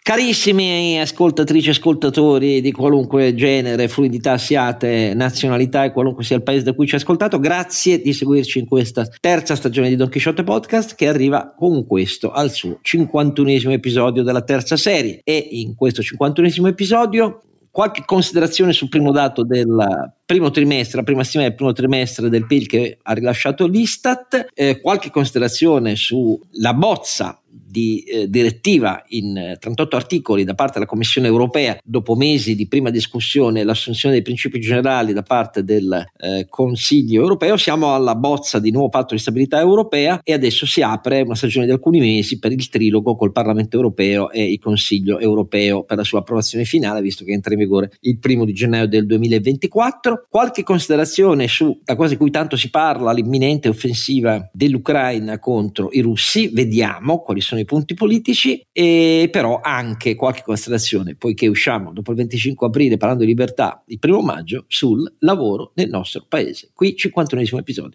Carissimi ascoltatrici e ascoltatori di qualunque genere, fluidità siate, nazionalità e qualunque sia il paese da cui ci ascoltato, grazie di seguirci in questa terza stagione di Don Chisciotte Podcast, che arriva con questo al suo 51esimo episodio della terza serie. E in questo 51esimo episodio qualche considerazione sul primo dato del primo trimestre, la prima stima del primo trimestre del PIL che ha rilasciato l'Istat, qualche considerazione sulla bozza di direttiva in 38 articoli da parte della Commissione europea dopo mesi di prima discussione e l'assunzione dei principi generali da parte del Consiglio europeo. Siamo alla bozza di nuovo patto di stabilità europea e adesso si apre una stagione di alcuni mesi per il trilogo col Parlamento europeo e il Consiglio europeo per la sua approvazione finale, visto che entra in vigore il 1 gennaio del 2024. Qualche considerazione sulla cosa di cui tanto si parla, l'imminente offensiva dell'Ucraina contro i russi. Vediamo quali sono i punti politici, e però anche qualche considerazione, poiché usciamo dopo il 25 aprile parlando di libertà il 1 maggio, sul lavoro nel nostro paese. Qui 51esimo episodio.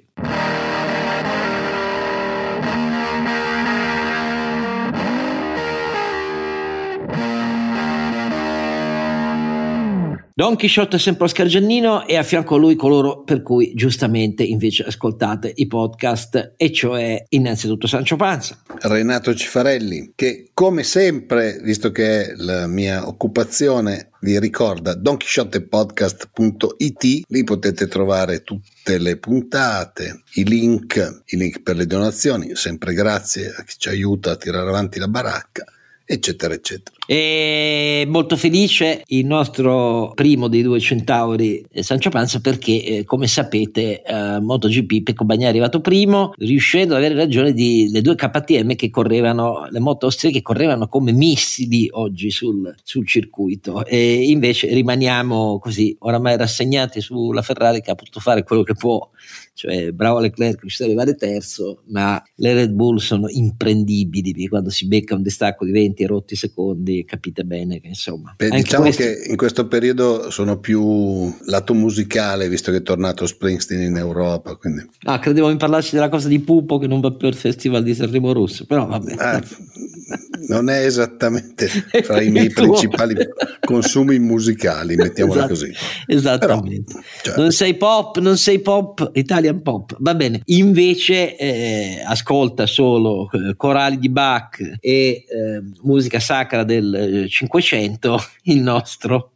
Don Chisciotte è sempre Oscar Giannino e a fianco a lui coloro per cui giustamente invece ascoltate i podcast, e cioè innanzitutto Sancio Panza, Renato Cifarelli, che come sempre, visto che è la mia occupazione, vi ricorda donchisciottepodcast.it. lì potete trovare tutte le puntate, i link per le donazioni, sempre grazie a chi ci aiuta a tirare avanti la baracca, eccetera eccetera. E molto felice il nostro primo dei due centauri, Sancio Panza, perché come sapete MotoGP Pecco Bagnaia è arrivato primo, riuscendo ad avere ragione le due KTM che correvano, le moto austriache che correvano come missili oggi sul circuito, e invece rimaniamo così oramai rassegnati sulla Ferrari, che ha potuto fare quello che può, cioè bravo Leclerc, riuscito ad arrivare terzo, ma le Red Bull sono imprendibili quando si becca un distacco di 20 rotti secondi. Capite bene che insomma diciamo che in questo periodo sono più lato musicale, visto che è tornato Springsteen in Europa, quindi. Credevo mi parlassi della cosa di Pupo che non va più al festival di Sanremo Rosso, però vabbè, non è esattamente fra i miei principali consumi musicali, mettiamola così. Esattamente. Però, non sei pop, Italian pop, va bene. Invece ascolta solo corali di Bach e musica sacra del 500, il nostro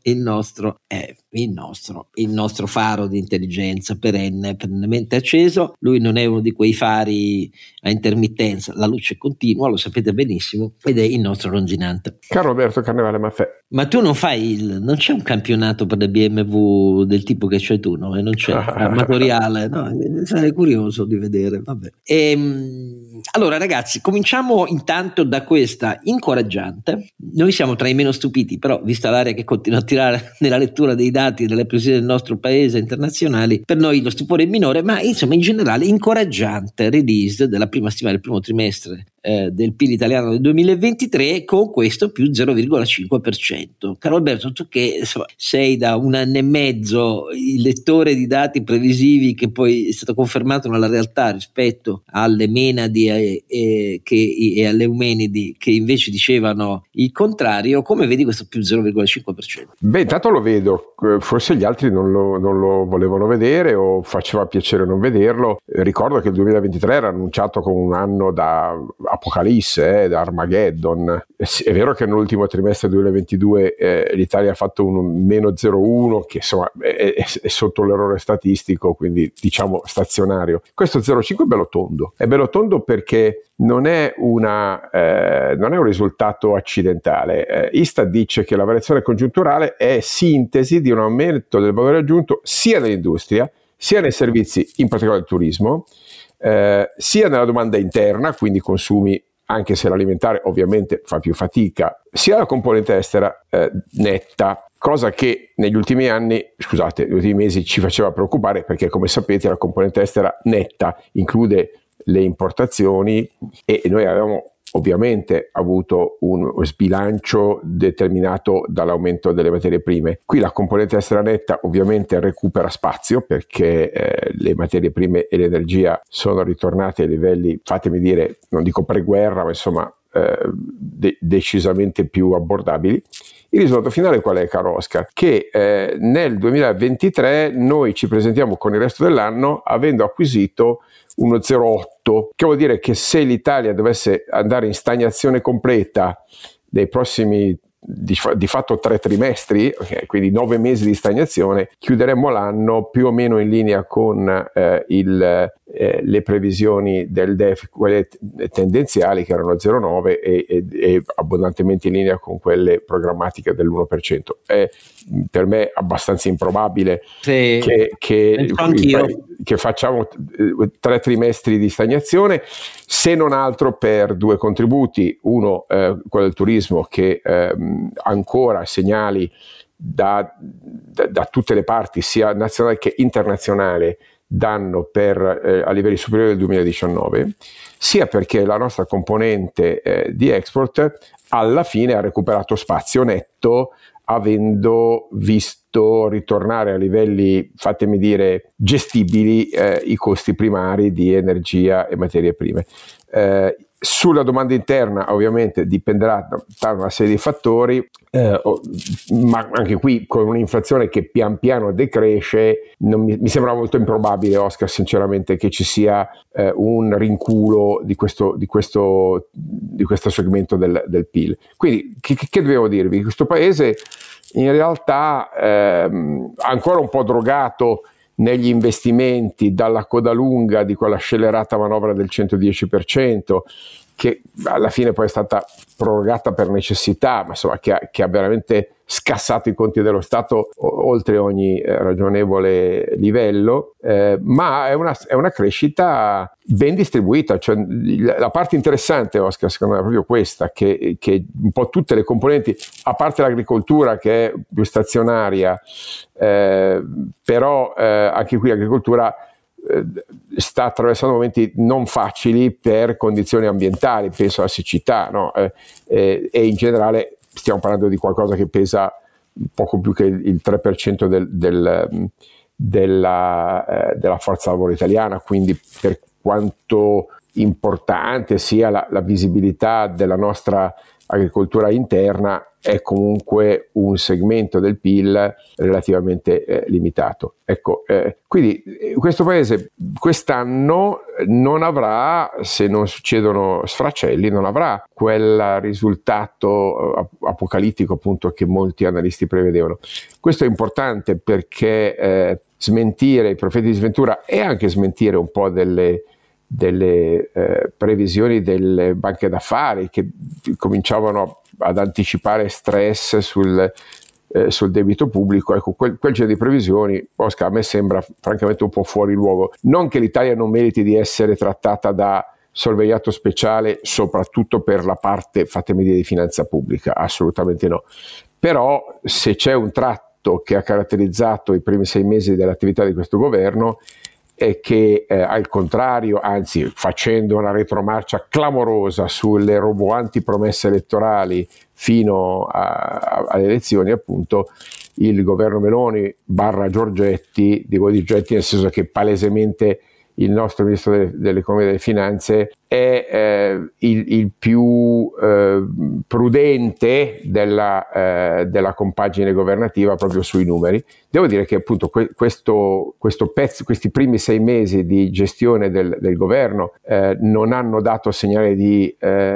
faro di intelligenza perennemente acceso. Lui non è uno di quei fari a intermittenza, la luce continua, lo sapete benissimo, ed è il nostro longinante Carlo Alberto Carnevale Maffè. Ma tu non c'è un campionato per le BMW del tipo che c'hai tu, no? E non c'è amatoriale, no? Sarei curioso di vedere, vabbè. Allora ragazzi, cominciamo intanto da questa incoraggiante. Noi siamo tra i meno stupiti, però vista l'area che continua a tirare nella lettura dei dati delle previsioni del nostro paese internazionali, per noi lo stupore è minore, ma insomma in generale incoraggiante release della prima stima del primo trimestre del PIL italiano del 2023, con questo più 0,5%. Caro Alberto, tu che insomma, sei da un anno e mezzo il lettore di dati previsivi, che poi è stato confermato nella realtà rispetto alle Menadi e alle Eumenidi, che invece dicevano il contrario, come vedi questo più 0,5%? Beh, intanto lo vedo, forse gli altri non lo volevano vedere o faceva piacere non vederlo. Ricordo che il 2023 era annunciato come un anno da Apocalisse, da Armageddon. È vero che nell'ultimo trimestre 2022 l'Italia ha fatto un meno 0,1, che insomma è sotto l'errore statistico, quindi diciamo stazionario. Questo 0,5 è bello tondo perché non è un risultato accidentale. Istat dice che la variazione congiunturale è sintesi di un aumento del valore aggiunto sia nell'industria, sia nei servizi, in particolare il turismo, sia nella domanda interna, quindi consumi, anche se l'alimentare ovviamente fa più fatica, sia la componente estera netta, cosa che negli ultimi mesi ci faceva preoccupare, perché come sapete la componente estera netta include le importazioni e noi avevamo ovviamente avuto uno sbilancio determinato dall'aumento delle materie prime. Qui la componente estera netta ovviamente recupera spazio, perché le materie prime e l'energia sono ritornate ai livelli, fatemi dire, non dico pre-guerra, ma insomma decisamente più abbordabili. Il risultato finale qual è, caro Oscar? Che nel 2023 noi ci presentiamo con il resto dell'anno avendo acquisito uno 0,8, che vuol dire che se l'Italia dovesse andare in stagnazione completa nei prossimi di fatto 3 trimestri, quindi 9 mesi di stagnazione, chiuderemmo l'anno più o meno in linea con le previsioni del DEF, quelle tendenziali che erano 0,9 e abbondantemente in linea con quelle programmatiche dell'1%. È per me abbastanza improbabile che facciamo 3 trimestri di stagnazione, se non altro per 2 contributi. Uno, quello del turismo, che ancora segnali da tutte le parti, sia nazionale che internazionale, danno a livelli superiori del 2019, sia perché la nostra componente di export alla fine ha recuperato spazio netto, avendo visto ritornare a livelli, fatemi dire, gestibili i costi primari di energia e materie prime. Sulla domanda interna ovviamente dipenderà da una serie di fattori, ma anche qui con un'inflazione che pian piano decresce mi sembra molto improbabile, Oscar, sinceramente, che ci sia un rinculo di questo segmento del PIL. Quindi che devo dirvi? Questo paese in realtà ancora un po' drogato negli investimenti dalla coda lunga di quella scellerata manovra del 110%, che alla fine poi è stata prorogata per necessità, ma insomma che ha veramente scassato i conti dello Stato oltre ogni ragionevole livello, ma è una crescita ben distribuita. Cioè, la parte interessante, Oscar, secondo me è proprio questa, che un po' tutte le componenti, a parte l'agricoltura che è più stazionaria, però anche qui l'agricoltura sta attraversando momenti non facili per condizioni ambientali, penso alla siccità, no? E in generale stiamo parlando di qualcosa che pesa poco più che il 3% della forza lavoro italiana, quindi per quanto importante sia la visibilità della nostra agricoltura interna, è comunque un segmento del PIL relativamente limitato. Ecco, quindi questo paese quest'anno non avrà, se non succedono sfracelli, non avrà quel risultato apocalittico appunto che molti analisti prevedevano. Questo è importante perché smentire i profeti di sventura e anche smentire un po' delle previsioni delle banche d'affari che cominciavano ad anticipare stress sul debito pubblico. Ecco, quel genere di previsioni, Oscar, a me sembra francamente un po' fuori luogo. Non che l'Italia non meriti di essere trattata da sorvegliato speciale, soprattutto per la parte, fatemi dire, di finanza pubblica, assolutamente no. Però se c'è un tratto che ha caratterizzato i primi 6 mesi dell'attività di questo governo, è che al contrario, anzi facendo una retromarcia clamorosa sulle roboanti promesse elettorali fino alle elezioni, appunto, il governo Meloni / Giorgetti, dico di Giorgetti nel senso che palesemente il nostro ministro dell'economia e delle finanze è il più prudente della compagine governativa proprio sui numeri. Devo dire che appunto questi primi 6 mesi di gestione del governo non hanno dato segnale di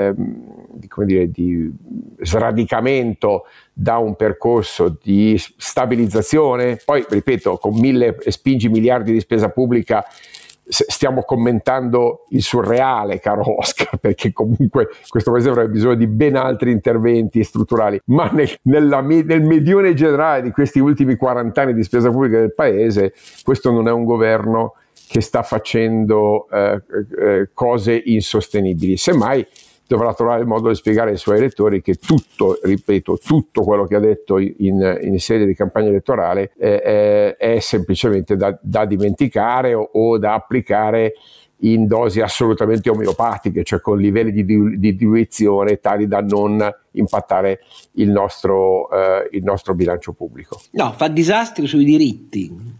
sradicamento da un percorso di stabilizzazione. Poi, ripeto, con 1000 e spingi miliardi di spesa pubblica stiamo commentando il surreale, caro Oscar, perché comunque questo paese avrebbe bisogno di ben altri interventi strutturali, ma nel medione generale di questi ultimi 40 anni di spesa pubblica del paese, questo non è un governo che sta facendo cose insostenibili. Semmai dovrà trovare il modo di spiegare ai suoi elettori che tutto quello che ha detto in sede di campagna elettorale è semplicemente da dimenticare o da applicare in dosi assolutamente omeopatiche, cioè con livelli di diluizione tali da non impattare il nostro bilancio pubblico. No, fa disastri sui diritti.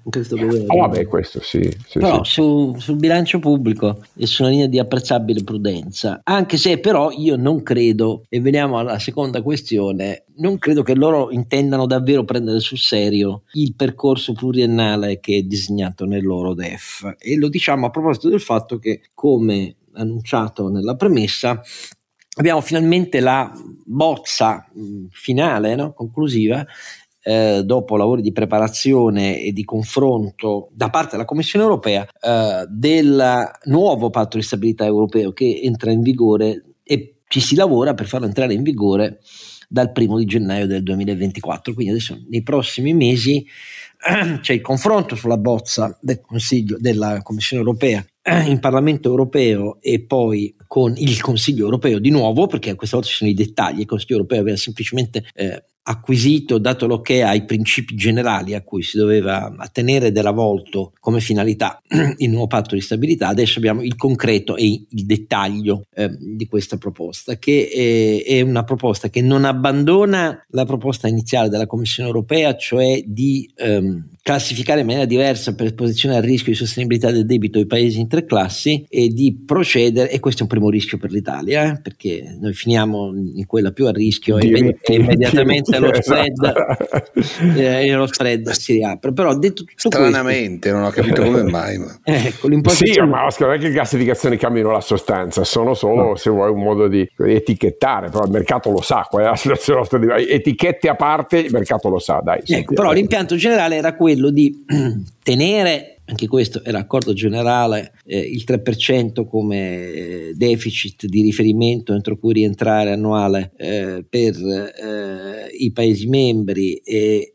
in questo governo. Vabbè, questo sì. Però sul bilancio pubblico è su una linea di apprezzabile prudenza, anche se però io non credo, e veniamo alla seconda questione, non credo che loro intendano davvero prendere sul serio il percorso pluriennale che è disegnato nel loro DEF, e lo diciamo a proposito del fatto che, come annunciato nella premessa, abbiamo finalmente la bozza finale, no? Conclusiva, dopo lavori di preparazione e di confronto da parte della Commissione europea, del nuovo patto di stabilità europeo che entra in vigore, e ci si lavora per farlo entrare in vigore dal 1 gennaio del 2024. Quindi adesso nei prossimi mesi c'è il confronto sulla bozza del Consiglio della Commissione europea in Parlamento europeo e poi con il Consiglio europeo di nuovo, perché questa volta ci sono i dettagli. Il Consiglio europeo aveva semplicemente acquisito, dato l'ok ai principi generali a cui si doveva attenere della volta come finalità il nuovo patto di stabilità. Adesso abbiamo il concreto e il dettaglio di questa proposta, che è una proposta che non abbandona la proposta iniziale della Commissione europea, cioè di classificare in maniera diversa per esposizione al rischio di sostenibilità del debito i paesi in tre classi, e di procedere, e questo è un primo rischio per l'Italia, perché noi finiamo in quella più a rischio e immediatamente lo spread si riapre. Però detto tutto stranamente questo, non ho capito come mai, ma ecco, sì, ma non è che le classificazioni cambiano la sostanza, sono solo se vuoi un modo di etichettare, però il mercato lo sa qual è la situazione, etichette a parte, il mercato lo sa, dai. Ecco, però l'impianto generale era quello di tenere, anche questo è l'accordo generale, il 3% come deficit di riferimento entro cui rientrare annuale per i Paesi membri e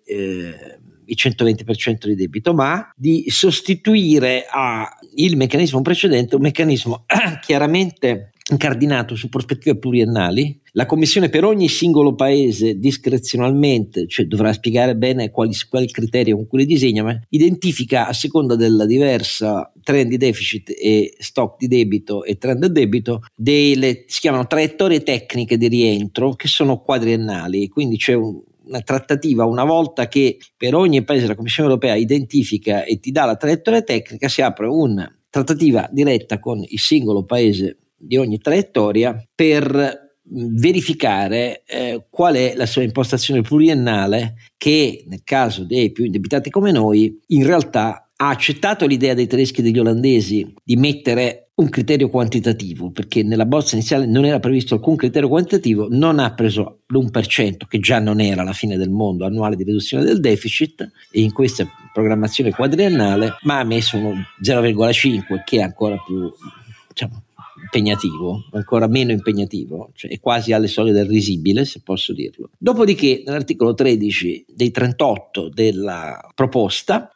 il 120% di debito, ma di sostituire il meccanismo precedente un meccanismo chiaramente incardinato su prospettive pluriennali. La Commissione per ogni singolo paese discrezionalmente, cioè dovrà spiegare bene qual è il criterio con cui le disegna, ma identifica a seconda della diversa trend di deficit e stock di debito e trend del debito si chiamano traiettorie tecniche di rientro, che sono quadriennali. Quindi c'è una trattativa, una volta che per ogni paese la Commissione europea identifica e ti dà la traiettoria tecnica, si apre una trattativa diretta con il singolo paese di ogni traiettoria per verificare qual è la sua impostazione pluriennale, che nel caso dei più indebitati come noi in realtà ha accettato l'idea dei tedeschi e degli olandesi di mettere un criterio quantitativo, perché nella bozza iniziale non era previsto alcun criterio quantitativo, non ha preso l'1%, che già non era la fine del mondo annuale di riduzione del deficit, e in questa programmazione quadriennale, ma ha messo uno 0,5, che è ancora più, diciamo, impegnativo, ancora meno impegnativo, cioè è quasi alle soglie del risibile, se posso dirlo. Dopodiché nell'articolo 13 dei 38 della proposta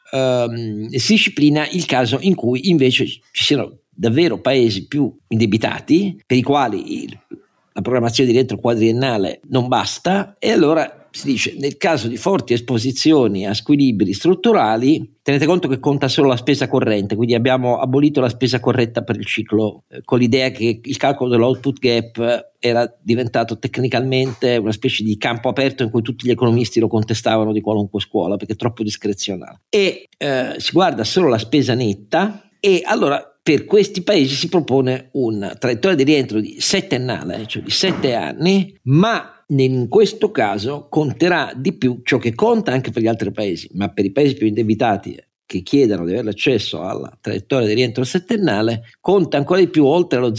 si disciplina il caso in cui invece ci siano davvero paesi più indebitati per i quali la programmazione di rientro quadriennale non basta, e allora si dice: nel caso di forti esposizioni a squilibri strutturali, tenete conto che conta solo la spesa corrente, quindi abbiamo abolito la spesa corretta per il ciclo, con l'idea che il calcolo dell'output gap era diventato tecnicamente una specie di campo aperto in cui tutti gli economisti lo contestavano di qualunque scuola, perché è troppo discrezionale, e si guarda solo la spesa netta. E allora per questi paesi si propone una traiettoria di rientro di settennale, cioè di 7 anni, ma in questo caso conterà di più ciò che conta anche per gli altri paesi, ma per i paesi più indebitati che chiedano di avere accesso alla traiettoria di rientro settennale conta ancora di più, oltre allo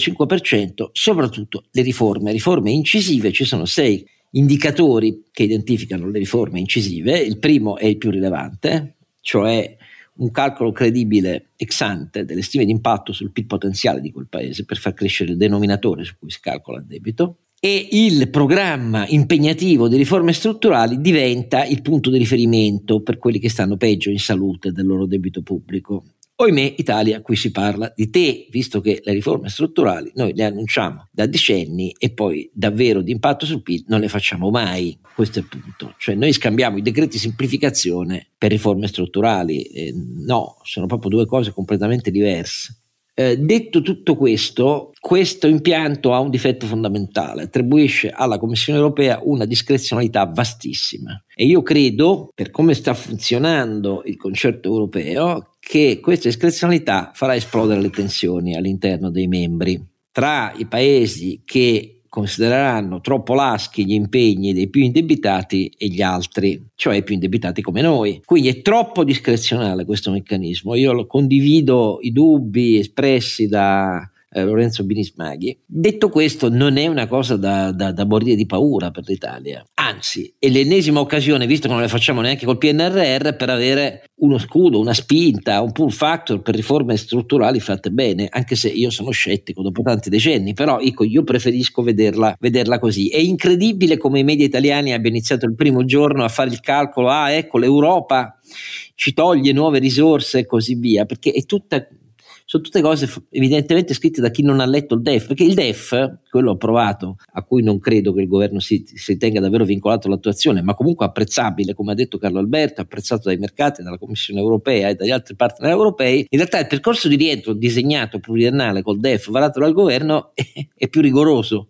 0,5%, soprattutto le riforme incisive. Ci sono 6 indicatori che identificano le riforme incisive. Il primo è il più rilevante, cioè un calcolo credibile ex ante delle stime di impatto sul PIL potenziale di quel paese per far crescere il denominatore su cui si calcola il debito, e il programma impegnativo di riforme strutturali diventa il punto di riferimento per quelli che stanno peggio in salute del loro debito pubblico. Ohimè, Italia, qui si parla di te, visto che le riforme strutturali noi le annunciamo da decenni e poi davvero di impatto sul PIL non le facciamo mai. Questo è il punto. Cioè noi scambiamo i decreti semplificazione per riforme strutturali. No, sono proprio due cose completamente diverse. Detto tutto questo impianto ha un difetto fondamentale: attribuisce alla Commissione europea una discrezionalità vastissima, e io credo, per come sta funzionando il concerto europeo, che questa discrezionalità farà esplodere le tensioni all'interno dei membri, tra i paesi che considereranno troppo laschi gli impegni dei più indebitati e gli altri, cioè i più indebitati come noi. Quindi è troppo discrezionale questo meccanismo. Io condivido i dubbi espressi da Lorenzo Binismaghi. Detto questo, non è una cosa da morire di paura per l'Italia, anzi è l'ennesima occasione, visto che non le facciamo neanche col PNRR, per avere uno scudo, una spinta, un pull factor per riforme strutturali fatte bene, anche se io sono scettico dopo tanti decenni, però io preferisco vederla così. È incredibile come i media italiani abbiano iniziato il primo giorno a fare il calcolo: ecco, l'Europa ci toglie nuove risorse e così via, perché sono tutte cose evidentemente scritte da chi non ha letto il DEF, perché il DEF, quello approvato, a cui non credo che il governo si tenga davvero vincolato all'attuazione, ma comunque apprezzabile, come ha detto Carlo Alberto, apprezzato dai mercati, dalla Commissione europea e dagli altri partner europei, in realtà il percorso di rientro disegnato pluriennale col DEF varato dal governo è più rigoroso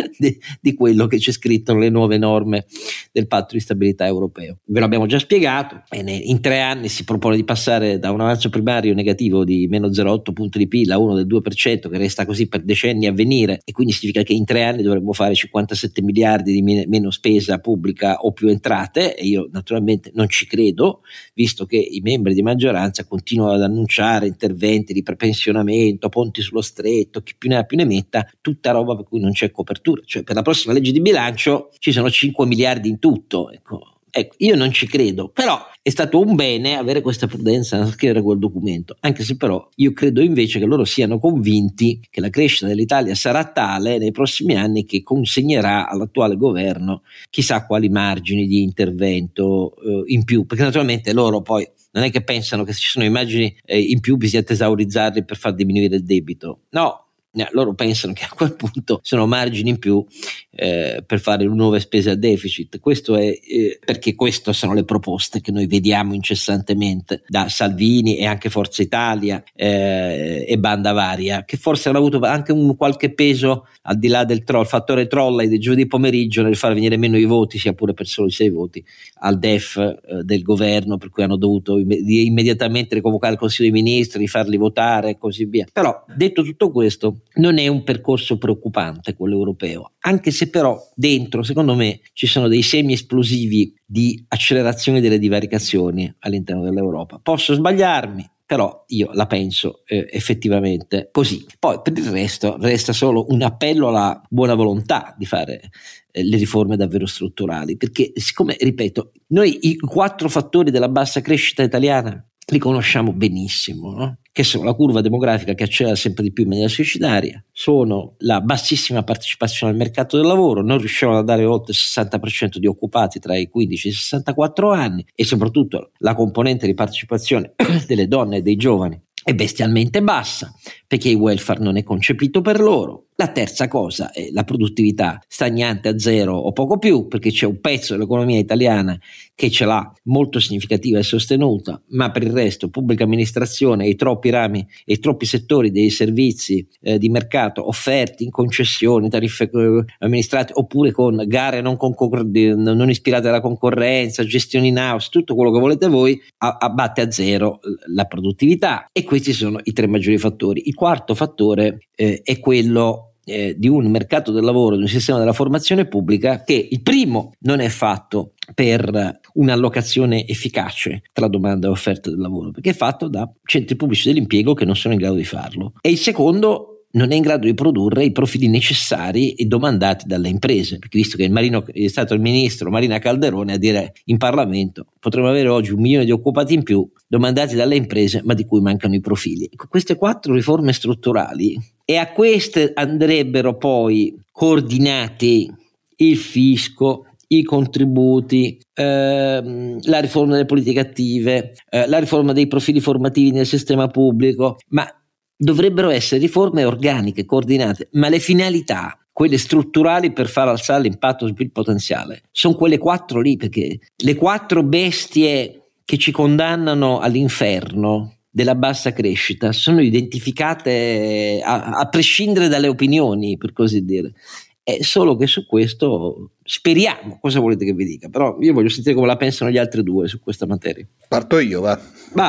di quello che c'è scritto nelle nuove norme del patto di stabilità europeo. Ve l'abbiamo già spiegato, in 3 anni si propone di passare da un avanzo primario negativo di meno 0,8 punti di PIL a uno del 2%, che resta così per decenni a venire, e quindi significa che in 3 anni dovremmo fare 57 miliardi di meno spesa pubblica o più entrate, e io naturalmente non ci credo, visto che i membri di maggioranza continuano ad annunciare interventi di prepensionamento, ponti sullo stretto, chi più ne ha più ne metta, tutta roba per cui non c'è copertura. Cioè, per la prossima legge di bilancio ci sono 5 miliardi in tutto, ecco, io non ci credo, però è stato un bene avere questa prudenza nel scrivere quel documento, anche se però io credo invece che loro siano convinti che la crescita dell'Italia sarà tale nei prossimi anni che consegnerà all'attuale governo chissà quali margini di intervento in più, perché naturalmente loro poi non è che pensano che se ci sono immagini in più bisogna tesaurizzarli per far diminuire il debito, no. Loro pensano che a quel punto sono margini in più per fare nuove spese a deficit. Questo è perché queste sono le proposte che noi vediamo incessantemente da Salvini e anche Forza Italia e banda varia, che forse hanno avuto anche un qualche peso al di là del fattore trolley del giovedì pomeriggio nel far venire meno i voti, sia pure per solo i 6 voti, al DEF del governo, per cui hanno dovuto immediatamente riconvocare il Consiglio dei Ministri, rifarli votare e così via. Però detto tutto questo, non è un percorso preoccupante quello europeo, anche se però dentro, secondo me, ci sono dei semi esplosivi di accelerazione delle divaricazioni all'interno dell'Europa. Posso sbagliarmi, però io la penso effettivamente così. Poi per il resto resta solo un appello alla buona volontà di fare le riforme davvero strutturali, perché siccome, ripeto, noi i 4 fattori della bassa crescita italiana li conosciamo benissimo, no? Che sono la curva demografica che accelera sempre di più in maniera suicidaria, sono la bassissima partecipazione al mercato del lavoro, non riusciamo a dare oltre il 60% di occupati tra i 15 e i 64 anni, e soprattutto la componente di partecipazione delle donne e dei giovani è bestialmente bassa, perché il welfare non è concepito per loro. La terza cosa è la produttività stagnante a zero o poco più, perché c'è un pezzo dell'economia italiana che ce l'ha molto significativa e sostenuta, ma per il resto pubblica amministrazione e i troppi rami e i troppi settori dei servizi di mercato offerti in concessioni, tariffe amministrate oppure con gare non ispirate alla concorrenza, gestioni in house, tutto quello che volete voi, abbatte a zero la produttività, e questi sono i 3 maggiori fattori. Il quarto fattore è quello di un mercato del lavoro, di un sistema della formazione pubblica che il primo non è fatto per un'allocazione efficace tra domanda e offerta del lavoro, perché è fatto da centri pubblici dell'impiego che non sono in grado di farlo, e il secondo non è in grado di produrre i profili necessari e domandati dalle imprese, perché visto che è stato il ministro Marina Calderone a dire in Parlamento potremmo avere oggi 1 milione di occupati in più domandati dalle imprese ma di cui mancano i profili. Queste 4 riforme strutturali, e a queste andrebbero poi coordinati il fisco, i contributi, la riforma delle politiche attive, la riforma dei profili formativi nel sistema pubblico, ma dovrebbero essere riforme organiche, coordinate, ma le finalità, quelle strutturali per far alzare l'impatto sul PIL potenziale, sono quelle 4 lì, perché le 4 bestie che ci condannano all'inferno della bassa crescita sono identificate a prescindere dalle opinioni, per così dire. È solo che su questo speriamo, cosa volete che vi dica? Però io voglio sentire come la pensano gli altri due su questa materia. Parto io, va.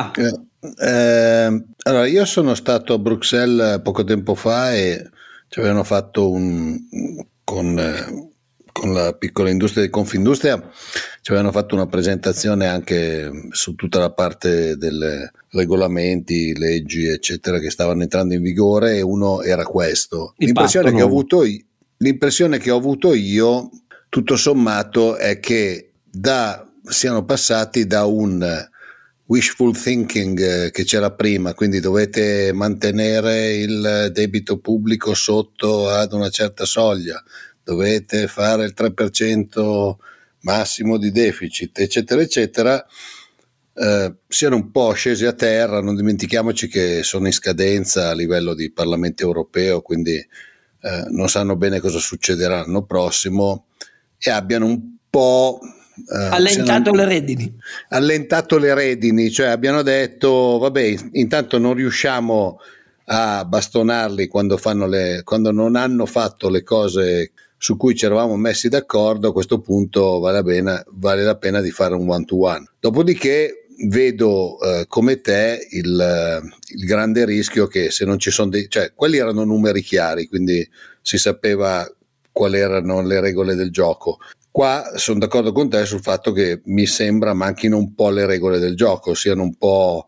Allora, io sono stato a Bruxelles poco tempo fa e ci avevano fatto con la piccola industria di Confindustria ci avevano fatto una presentazione anche su tutta la parte dei regolamenti, leggi eccetera che stavano entrando in vigore, e uno era questo. L'impressione che ho avuto io tutto sommato è che siano passati da un wishful thinking che c'era prima, quindi dovete mantenere il debito pubblico sotto ad una certa soglia, dovete fare il 3% massimo di deficit, eccetera eccetera, siano un po' scesi a terra. Non dimentichiamoci che sono in scadenza a livello di Parlamento europeo, quindi non sanno bene cosa succederà l'anno prossimo, e abbiano un po' allentato le redini, cioè abbiano detto vabbè, intanto non riusciamo a bastonarli quando non hanno fatto le cose su cui ci eravamo messi d'accordo. A questo punto vale la pena di fare un one to one. Dopodiché vedo come te il grande rischio che se non ci sono cioè quelli erano numeri chiari, quindi si sapeva quali erano le regole del gioco. Qua sono d'accordo con te sul fatto che mi sembra manchino un po' le regole del gioco, siano un po'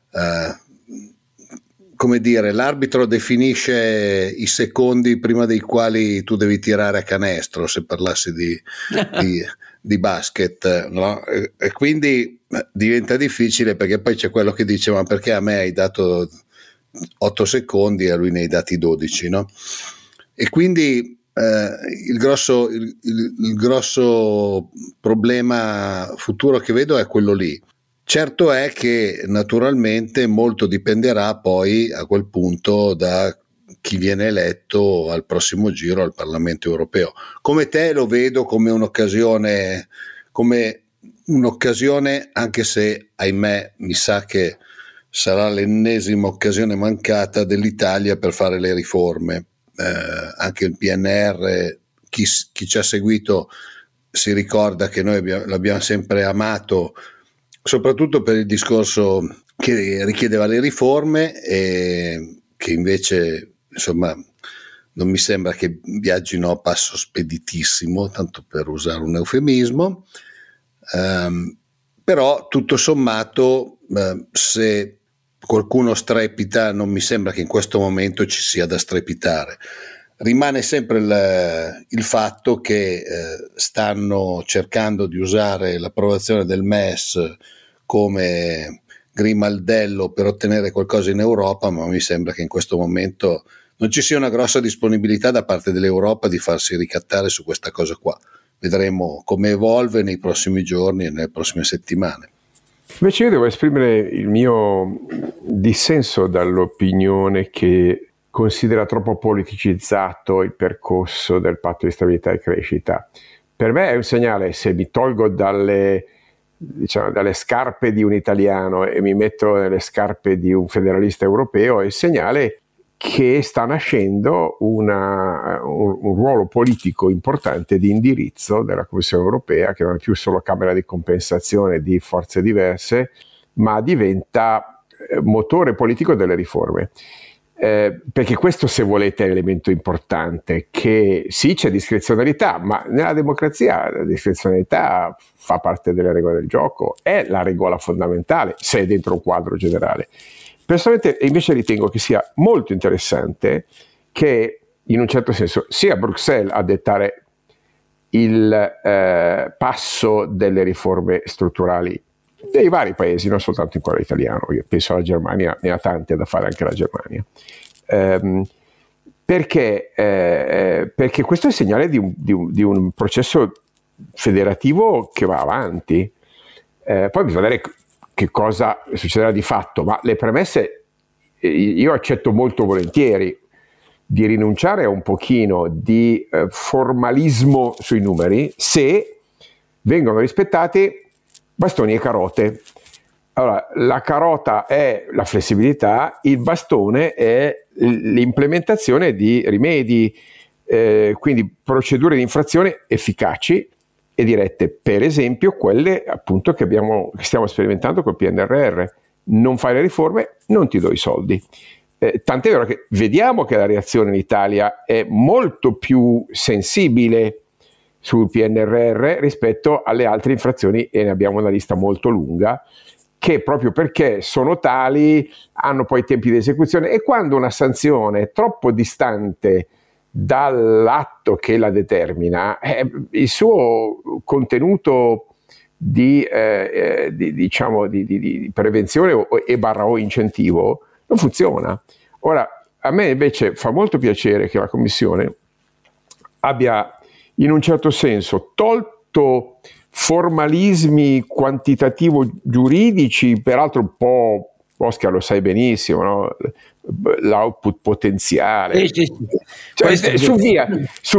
come dire, l'arbitro definisce i secondi prima dei quali tu devi tirare a canestro, se parlassi di basket, no? E quindi diventa difficile, perché poi c'è quello che dice ma perché a me hai dato 8 secondi e a lui ne hai dati 12, no? E quindi il grosso problema futuro che vedo è quello lì. Certo è che naturalmente molto dipenderà poi a quel punto da chi viene eletto al prossimo giro al Parlamento europeo. Come te lo vedo come un'occasione, anche se ahimè mi sa che sarà l'ennesima occasione mancata dell'Italia per fare le riforme. Anche il PNR, chi ci ha seguito si ricorda che noi l'abbiamo sempre amato, soprattutto per il discorso che richiedeva le riforme e che invece insomma non mi sembra che viaggino a passo speditissimo, tanto per usare un eufemismo, però tutto sommato se qualcuno strepita non mi sembra che in questo momento ci sia da strepitare. Rimane sempre il fatto che stanno cercando di usare l'approvazione del MES come grimaldello per ottenere qualcosa in Europa, ma mi sembra che in questo momento non ci sia una grossa disponibilità da parte dell'Europa di farsi ricattare su questa cosa qua. Vedremo come evolve nei prossimi giorni e nelle prossime settimane. Invece io devo esprimere il mio dissenso dall'opinione che considera troppo politicizzato il percorso del patto di stabilità e crescita. Per me è un segnale, se mi tolgo dalle scarpe di un italiano e mi metto nelle scarpe di un federalista europeo, è il segnale che sta nascendo un ruolo politico importante di indirizzo della Commissione europea, che non è più solo camera di compensazione di forze diverse, ma diventa motore politico delle riforme. Perché questo, se volete, è l'elemento importante, che sì, c'è discrezionalità, ma nella democrazia la discrezionalità fa parte delle regole del gioco, è la regola fondamentale se è dentro un quadro generale. Personalmente invece ritengo che sia molto interessante che in un certo senso sia Bruxelles a dettare il passo delle riforme strutturali dei vari paesi, non soltanto in quello italiano. Io penso alla Germania, ne ha tante da fare anche la Germania, perché questo è il segnale di un processo federativo che va avanti. Poi bisogna vedere che cosa succederà di fatto, ma le premesse io accetto molto volentieri di rinunciare a un pochino di formalismo sui numeri se vengono rispettati bastoni e carote. Allora, la carota è la flessibilità, il bastone è l'implementazione di rimedi, quindi procedure di infrazione efficaci e dirette, per esempio quelle appunto che stiamo sperimentando col PNRR. Non fai le riforme, non ti do i soldi. Tant'è vero che vediamo che la reazione in Italia è molto più sensibile sul PNRR rispetto alle altre infrazioni, e ne abbiamo una lista molto lunga, che proprio perché sono tali hanno poi tempi di esecuzione, e quando una sanzione è troppo distante dall'atto che la determina, il suo contenuto di prevenzione o incentivo non funziona. Ora, a me invece fa molto piacere che la Commissione abbia in un certo senso tolto formalismi quantitativo-giuridici, peraltro un po', Oscar lo sai benissimo, no? L'output potenziale. Cioè, su via.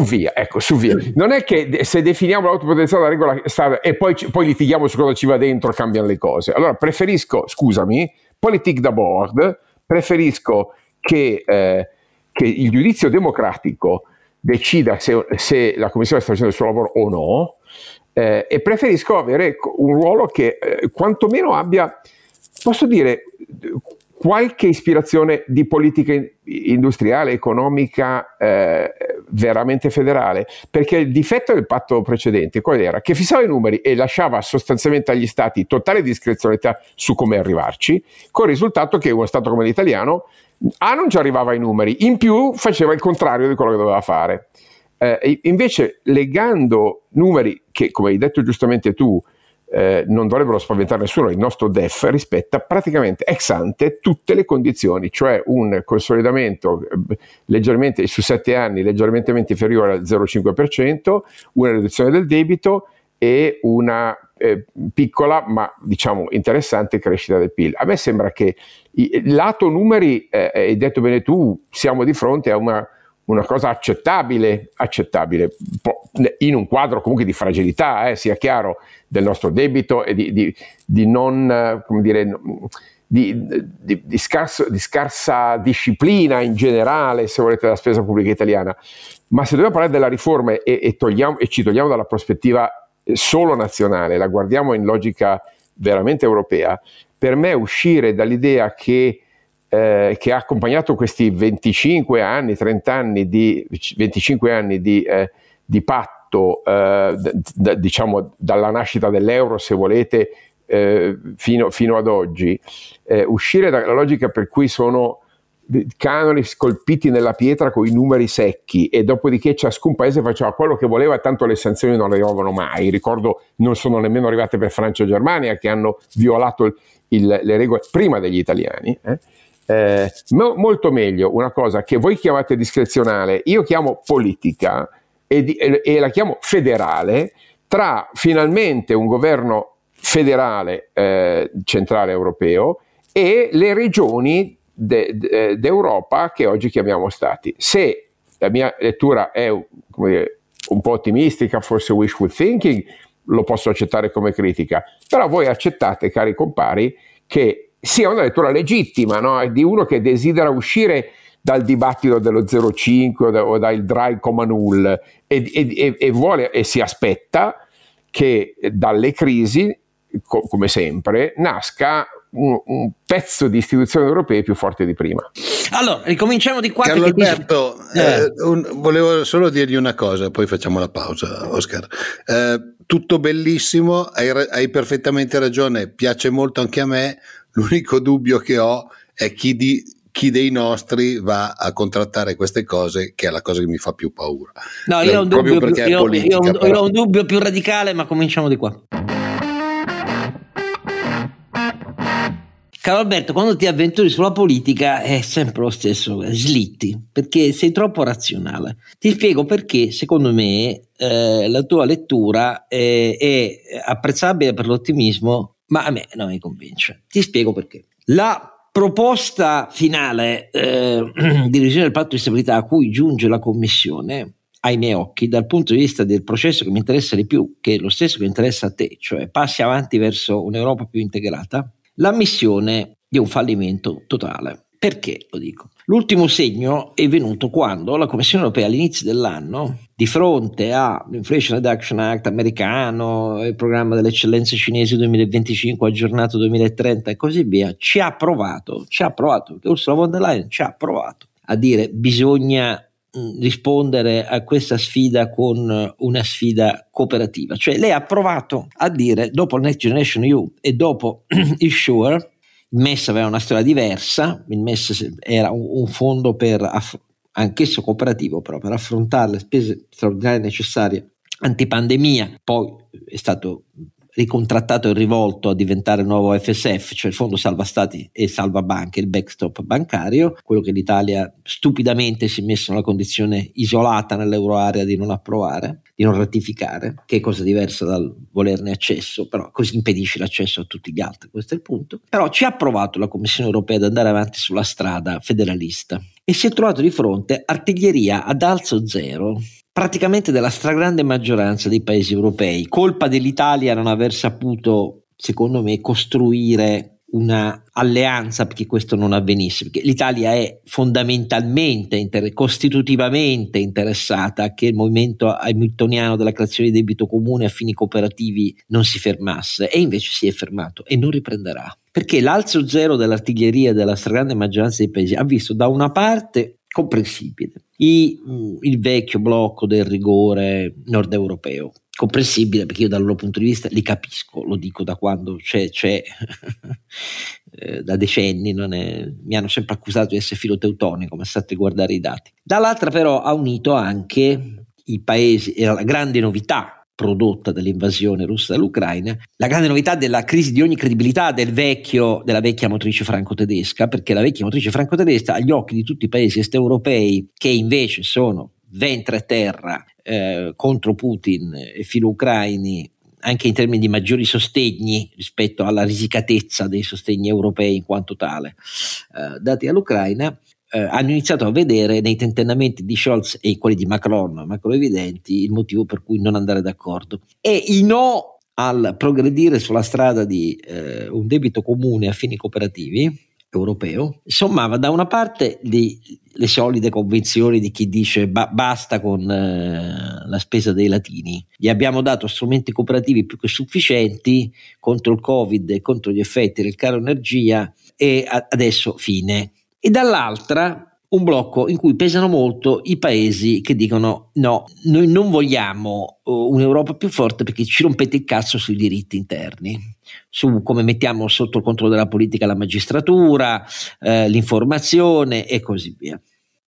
Non è che se definiamo l'output potenziale la regola standard e poi litighiamo su cosa ci va dentro, cambiano le cose. Allora preferisco, politique d'abord, preferisco che il giudizio democratico decida se la Commissione sta facendo il suo lavoro o no, e preferisco avere un ruolo che quantomeno abbia, posso dire, qualche ispirazione di politica industriale, economica veramente federale, perché il difetto del patto precedente qual era? Che fissava i numeri e lasciava sostanzialmente agli stati totale discrezionalità su come arrivarci, con il risultato che uno stato come l'italiano non ci arrivava ai numeri, in più faceva il contrario di quello che doveva fare. Invece legando numeri che, come hai detto giustamente tu, non dovrebbero spaventare nessuno, il nostro DEF rispetta praticamente ex ante tutte le condizioni, cioè un consolidamento leggermente su 7 anni leggermente inferiore al 0,5%, una riduzione del debito e una piccola ma diciamo interessante crescita del PIL. A me sembra che lato numeri, hai detto bene tu, siamo di fronte a una cosa accettabile in un quadro comunque di fragilità, sia chiaro, del nostro debito e di non, come dire, di scarsa disciplina in generale, se volete, della spesa pubblica italiana. Ma se dobbiamo parlare della riforma e ci togliamo dalla prospettiva solo nazionale, la guardiamo in logica veramente europea, per me uscire dall'idea che ha accompagnato questi 25 anni, 30 anni di 25 anni di patto, diciamo dalla nascita dell'euro, se volete, fino ad oggi, uscire dalla logica per cui sono canoni scolpiti nella pietra con i numeri secchi e dopodiché ciascun paese faceva quello che voleva, tanto le sanzioni non arrivavano mai. Ricordo, non sono nemmeno arrivate per Francia e Germania, che hanno violato le regole prima degli italiani. Molto meglio una cosa che voi chiamate discrezionale, io chiamo politica e la chiamo federale, tra finalmente un governo federale centrale europeo e le regioni d'Europa che oggi chiamiamo stati. Se la mia lettura è, come dire, un po' ottimistica, forse wishful thinking, lo posso accettare come critica, però voi accettate, cari compari, che sia una lettura legittima, no? Di uno che desidera uscire dal dibattito dello 0,5 o dal dry come null e vuole e si aspetta che dalle crisi, come sempre, nasca un pezzo di istituzioni europee più forte di prima. Allora, ricominciamo di qua. Carlo Alberto, volevo solo dirgli una cosa, poi facciamo la pausa, Oscar. Tutto bellissimo, hai perfettamente ragione, piace molto anche a me. L'unico dubbio che ho è chi dei nostri va a contrattare queste cose, che è la cosa che mi fa più paura. No, io ho un dubbio più radicale, ma cominciamo di qua. Carlo Alberto, quando ti avventuri sulla politica è sempre lo stesso, slitti, perché sei troppo razionale. Ti spiego perché, secondo me, la tua lettura è apprezzabile per l'ottimismo, ma a me non mi convince. Ti spiego perché. La proposta finale di revisione del patto di stabilità a cui giunge la Commissione, ai miei occhi, dal punto di vista del processo che mi interessa di più, che è lo stesso che interessa a te, cioè passi avanti verso un'Europa più integrata, l'ammissione di un fallimento totale. Perché lo dico? L'ultimo segno è venuto quando la Commissione europea all'inizio dell'anno, di fronte all'Inflation Reduction Act americano, il programma delle eccellenze cinesi 2025 aggiornato 2030 e così via, ci ha provato, perché Ursula von der Leyen ci ha provato a dire bisogna rispondere a questa sfida con una sfida cooperativa. Cioè lei ha provato a dire, dopo il Next Generation EU e dopo il SURE, il MES aveva una storia diversa, il MES era un fondo anch'esso cooperativo, però per affrontare le spese straordinarie necessarie antipandemia, poi è stato ricontrattato e rivolto a diventare il nuovo FSF, cioè il fondo salva stati e salva banche, il backstop bancario, quello che l'Italia stupidamente si è messo nella condizione isolata nell'euroarea di non approvare, di non ratificare, che è cosa diversa dal volerne accesso, però così impedisce l'accesso a tutti gli altri, questo è il punto. Però ci ha provato la Commissione europea ad andare avanti sulla strada federalista e si è trovato di fronte artiglieria ad alzo zero praticamente della stragrande maggioranza dei paesi europei, colpa dell'Italia non aver saputo, secondo me, costruire una alleanza perché questo non avvenisse, perché l'Italia è fondamentalmente, costitutivamente interessata che il movimento hamiltoniano della creazione di debito comune a fini cooperativi non si fermasse, e invece si è fermato e non riprenderà, perché l'alzo zero dell'artiglieria della stragrande maggioranza dei paesi ha visto da una parte comprensibile il vecchio blocco del rigore nord europeo, comprensibile perché io dal loro punto di vista li capisco, lo dico da quando c'è da decenni, mi hanno sempre accusato di essere filoteutonico, ma state a guardare i dati. Dall'altra però ha unito anche i paesi, era la grande novità prodotta dall'invasione russa dell'Ucraina, la grande novità della crisi di ogni credibilità della vecchia motrice franco-tedesca, perché la vecchia motrice franco-tedesca agli occhi di tutti i paesi est-europei che invece sono ventre a terra contro Putin e filo-ucraini, anche in termini di maggiori sostegni rispetto alla risicatezza dei sostegni europei in quanto tale dati all'Ucraina, hanno iniziato a vedere nei tentennamenti di Scholz e quelli di Macron evidenti il motivo per cui non andare d'accordo, e i no al progredire sulla strada di un debito comune a fini cooperativi europeo sommava da una parte le solide convinzioni di chi dice basta con la spesa dei latini, gli abbiamo dato strumenti cooperativi più che sufficienti contro il Covid e contro gli effetti del caro energia e adesso fine. E dall'altra un blocco in cui pesano molto i paesi che dicono no, noi non vogliamo un'Europa più forte perché ci rompete il cazzo sui diritti interni, su come mettiamo sotto il controllo della politica la magistratura, l'informazione e così via.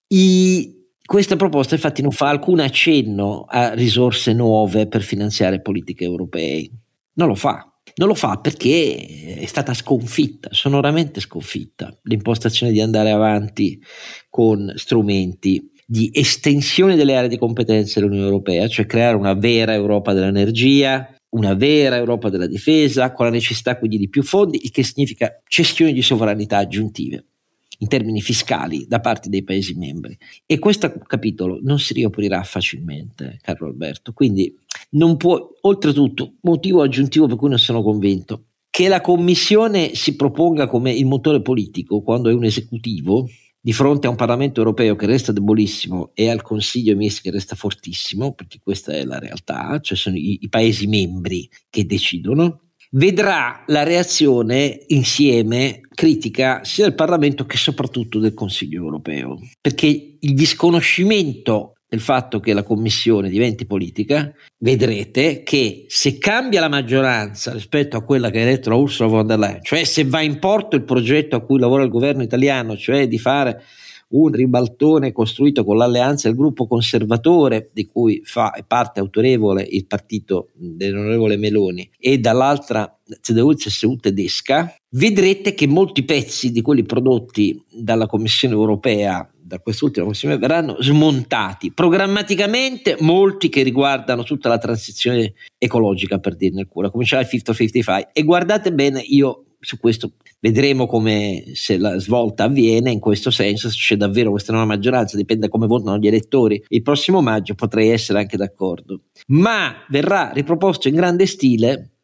Questa proposta infatti non fa alcun accenno a risorse nuove per finanziare politiche europee, non lo fa perché è stata sconfitta, sonoramente sconfitta, l'impostazione di andare avanti con strumenti di estensione delle aree di competenza dell'Unione Europea, cioè creare una vera Europa dell'energia, una vera Europa della difesa, con la necessità quindi di più fondi, il che significa cessioni di sovranità aggiuntive in termini fiscali da parte dei Paesi membri, e questo capitolo non si riaprirà facilmente, caro Alberto, quindi non può, oltretutto, motivo aggiuntivo per cui non sono convinto, che la Commissione si proponga come il motore politico quando è un esecutivo di fronte a un Parlamento europeo che resta debolissimo e al Consiglio dei Ministri che resta fortissimo, perché questa è la realtà, cioè sono i Paesi membri che decidono, vedrà la reazione insieme critica sia del Parlamento che soprattutto del Consiglio europeo, perché il disconoscimento del fatto che la Commissione diventi politica, vedrete che se cambia la maggioranza rispetto a quella che ha eletto la Ursula von der Leyen, cioè se va in porto il progetto a cui lavora il governo italiano, cioè di fare un ribaltone costruito con l'alleanza del gruppo conservatore di cui fa parte autorevole il partito dell'onorevole Meloni e dall'altra CDU-CSU tedesca, vedrete che molti pezzi di quelli prodotti dalla Commissione europea, da quest'ultima Commissione, verranno smontati programmaticamente, molti che riguardano tutta la transizione ecologica, per dirne alcuna, cominciare il 50-55, e guardate bene, io su questo vedremo come, se la svolta avviene in questo senso, se c'è davvero questa nuova maggioranza, dipende da come votano gli elettori il prossimo maggio, potrei essere anche d'accordo, ma verrà riproposto in grande stile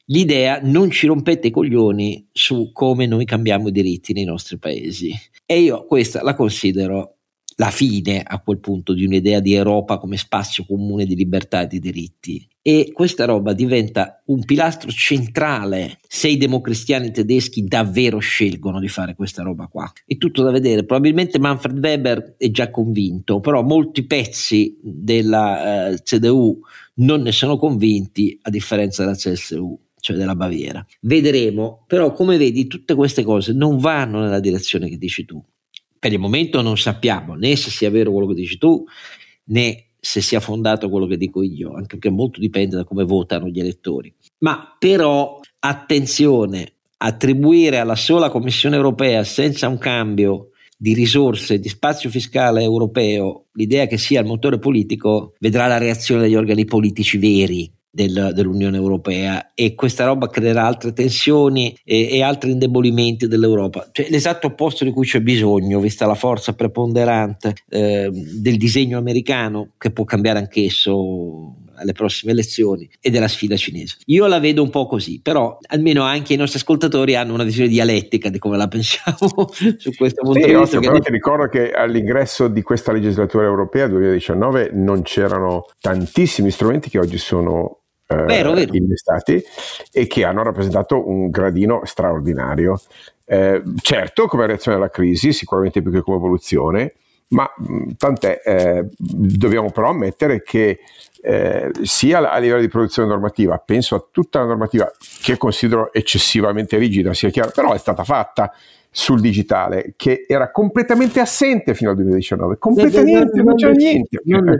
l'idea: non ci rompete i coglioni su come noi cambiamo i diritti nei nostri paesi. E io questa la considero la fine a quel punto di un'idea di Europa come spazio comune di libertà e di diritti, e questa roba diventa un pilastro centrale se i democristiani tedeschi davvero scelgono di fare questa roba qua. È tutto da vedere. Probabilmente Manfred Weber è già convinto, però molti pezzi della CDU non ne sono convinti, a differenza della CSU, cioè della Baviera. Vedremo, però come vedi tutte queste cose non vanno nella direzione che dici tu. Per il momento non sappiamo né se sia vero quello che dici tu, né se sia fondato quello che dico io, anche perché molto dipende da come votano gli elettori. Ma però attenzione, attribuire alla sola Commissione europea, senza un cambio di risorse, di spazio fiscale europeo, l'idea che sia il motore politico, vedrà la reazione degli organi politici veri dell'Unione Europea, e questa roba creerà altre tensioni e altri indebolimenti dell'Europa, cioè l'esatto opposto di cui c'è bisogno, vista la forza preponderante del disegno americano, che può cambiare anch'esso alle prossime elezioni, e della sfida cinese. Io la vedo un po' così, però almeno anche i nostri ascoltatori hanno una visione dialettica di come la pensiamo su questo punto di vista. Però ti ricordo che all'ingresso di questa legislatura europea 2019 non c'erano tantissimi strumenti che oggi sono vero. innestati e che hanno rappresentato un gradino straordinario. Certo, come reazione alla crisi, sicuramente più che come evoluzione, ma tant'è, dobbiamo però ammettere che sia a livello di produzione normativa, penso a tutta la normativa che considero eccessivamente rigida, sia chiaro, però è stata fatta sul digitale, che era completamente assente fino al 2019, completamente, non c'era niente.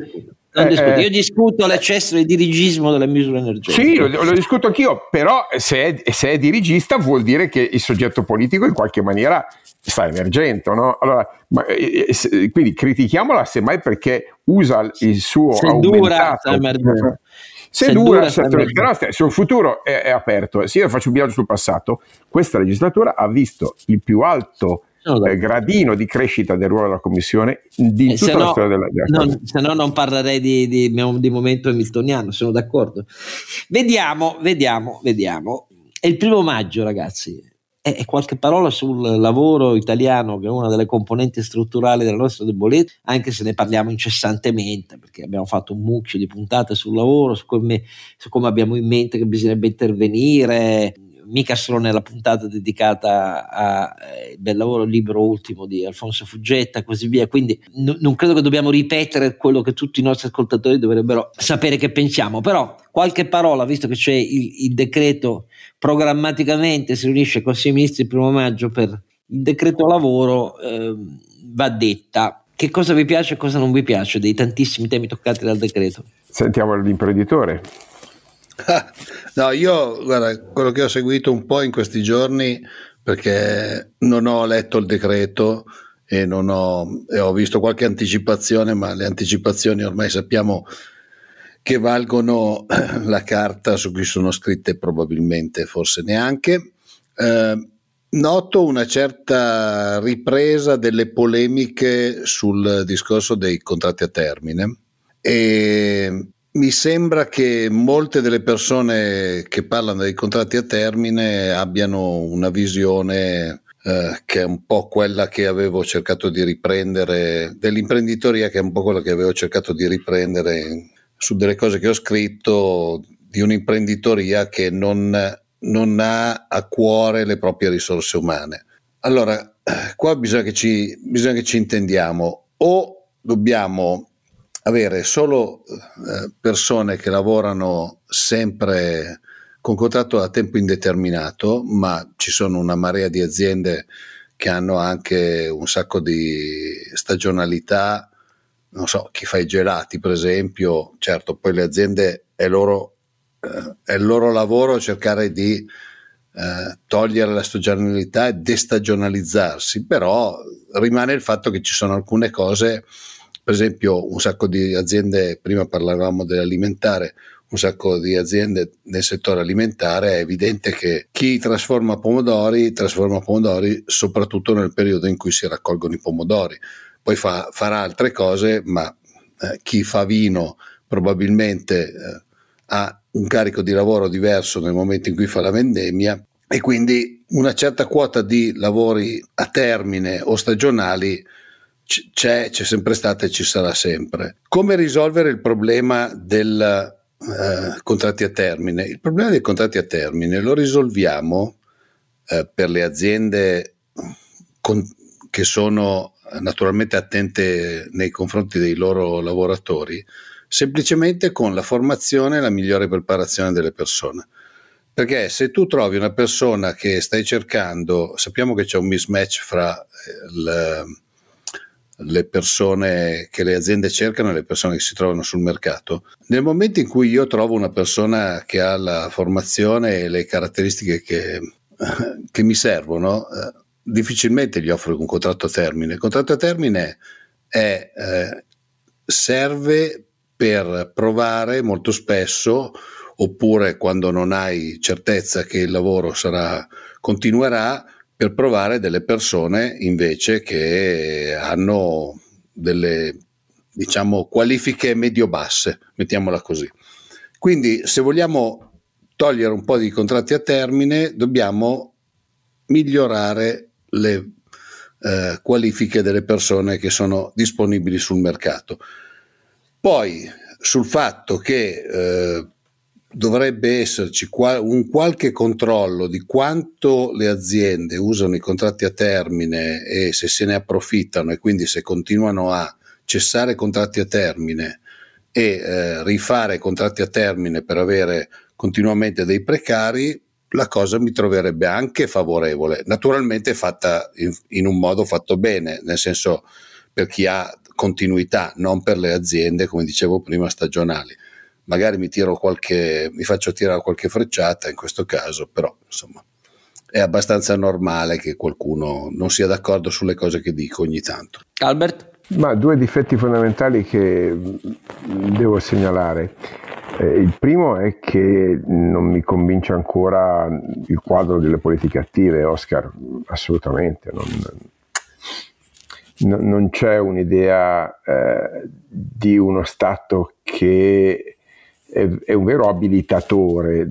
Io discuto l'eccesso di dirigismo delle misure energetiche. Sì, lo discuto anch'io, però se è dirigista vuol dire che il soggetto politico in qualche maniera sta emergendo, no? Allora, quindi critichiamola semmai perché usa il suo aumentato. Se dura, sul futuro è aperto. Se io faccio un viaggio sul passato, questa legislatura ha visto il più alto gradino di crescita del ruolo della Commissione di tutta la storia della se no non parlerei di momento hamiltoniano, sono d'accordo. Vediamo. È il 1° maggio, ragazzi, e qualche parola sul lavoro italiano, che è una delle componenti strutturali della nostra debolezza, anche se ne parliamo incessantemente, perché abbiamo fatto un mucchio di puntate sul lavoro, su come abbiamo in mente che bisognerebbe intervenire, mica solo nella puntata dedicata al bel lavoro, il libro ultimo di Alfonso Fuggetta e così via. Quindi non credo che dobbiamo ripetere quello che tutti i nostri ascoltatori dovrebbero sapere che pensiamo, però qualche parola, visto che c'è il decreto, programmaticamente si riunisce con i ministri il 1° maggio per il decreto lavoro, va detta. Che cosa vi piace e cosa non vi piace dei tantissimi temi toccati dal decreto? Sentiamo l'imprenditore. No, io guarda, quello che ho seguito un po' in questi giorni, perché non ho letto il decreto e ho visto qualche anticipazione, ma le anticipazioni ormai sappiamo che valgono la carta su cui sono scritte, probabilmente, forse neanche. Noto una certa ripresa delle polemiche sul discorso dei contratti a termine, e mi sembra che molte delle persone che parlano dei contratti a termine abbiano una visione che è un po' quella che avevo cercato di riprendere, dell'imprenditoria, che è un po' quella che avevo cercato di riprendere su delle cose che ho scritto, di un'imprenditoria che non ha a cuore le proprie risorse umane. Allora, qua bisogna che ci intendiamo: o dobbiamo avere solo persone che lavorano sempre con contratto a tempo indeterminato, ma ci sono una marea di aziende che hanno anche un sacco di stagionalità, non so, chi fa i gelati per esempio. Certo, poi le aziende è il loro lavoro cercare di togliere la stagionalità e destagionalizzarsi, però rimane il fatto che ci sono alcune cose. Per esempio, un sacco di aziende, prima parlavamo dell'alimentare, un sacco di aziende nel settore alimentare, è evidente che chi trasforma pomodori soprattutto nel periodo in cui si raccolgono i pomodori. Poi farà altre cose, ma chi fa vino probabilmente ha un carico di lavoro diverso nel momento in cui fa la vendemmia, e quindi una certa quota di lavori a termine o stagionali c'è sempre stata e ci sarà sempre. Come risolvere il problema del contratti a termine? Il problema dei contratti a termine lo risolviamo per le aziende che sono naturalmente attente nei confronti dei loro lavoratori, semplicemente con la formazione e la migliore preparazione delle persone. Perché se tu trovi una persona che stai cercando, sappiamo che c'è un mismatch fra le persone che le aziende cercano e le persone che si trovano sul mercato. Nel momento in cui io trovo una persona che ha la formazione e le caratteristiche che mi servono, difficilmente gli offro un contratto a termine. Il contratto a termine serve per provare molto spesso, oppure quando non hai certezza che il lavoro continuerà, per provare delle persone invece che hanno delle, diciamo, qualifiche medio-basse, mettiamola così. Quindi se vogliamo togliere un po' di contratti a termine, dobbiamo migliorare le qualifiche delle persone che sono disponibili sul mercato. Poi sul fatto che dovrebbe esserci un qualche controllo di quanto le aziende usano i contratti a termine e se se ne approfittano, e quindi se continuano a cessare contratti a termine e rifare contratti a termine per avere continuamente dei precari, la cosa mi troverebbe anche favorevole, naturalmente fatta in un modo fatto bene, nel senso per chi ha continuità, non per le aziende, come dicevo prima, stagionali. Magari mi faccio tirare qualche frecciata in questo caso, però insomma è abbastanza normale che qualcuno non sia d'accordo sulle cose che dico ogni tanto. Albert? Ma due difetti fondamentali che devo segnalare. Il primo è che non mi convince ancora il quadro delle politiche attive, Oscar, assolutamente. Non c'è un'idea di uno Stato che è un vero abilitatore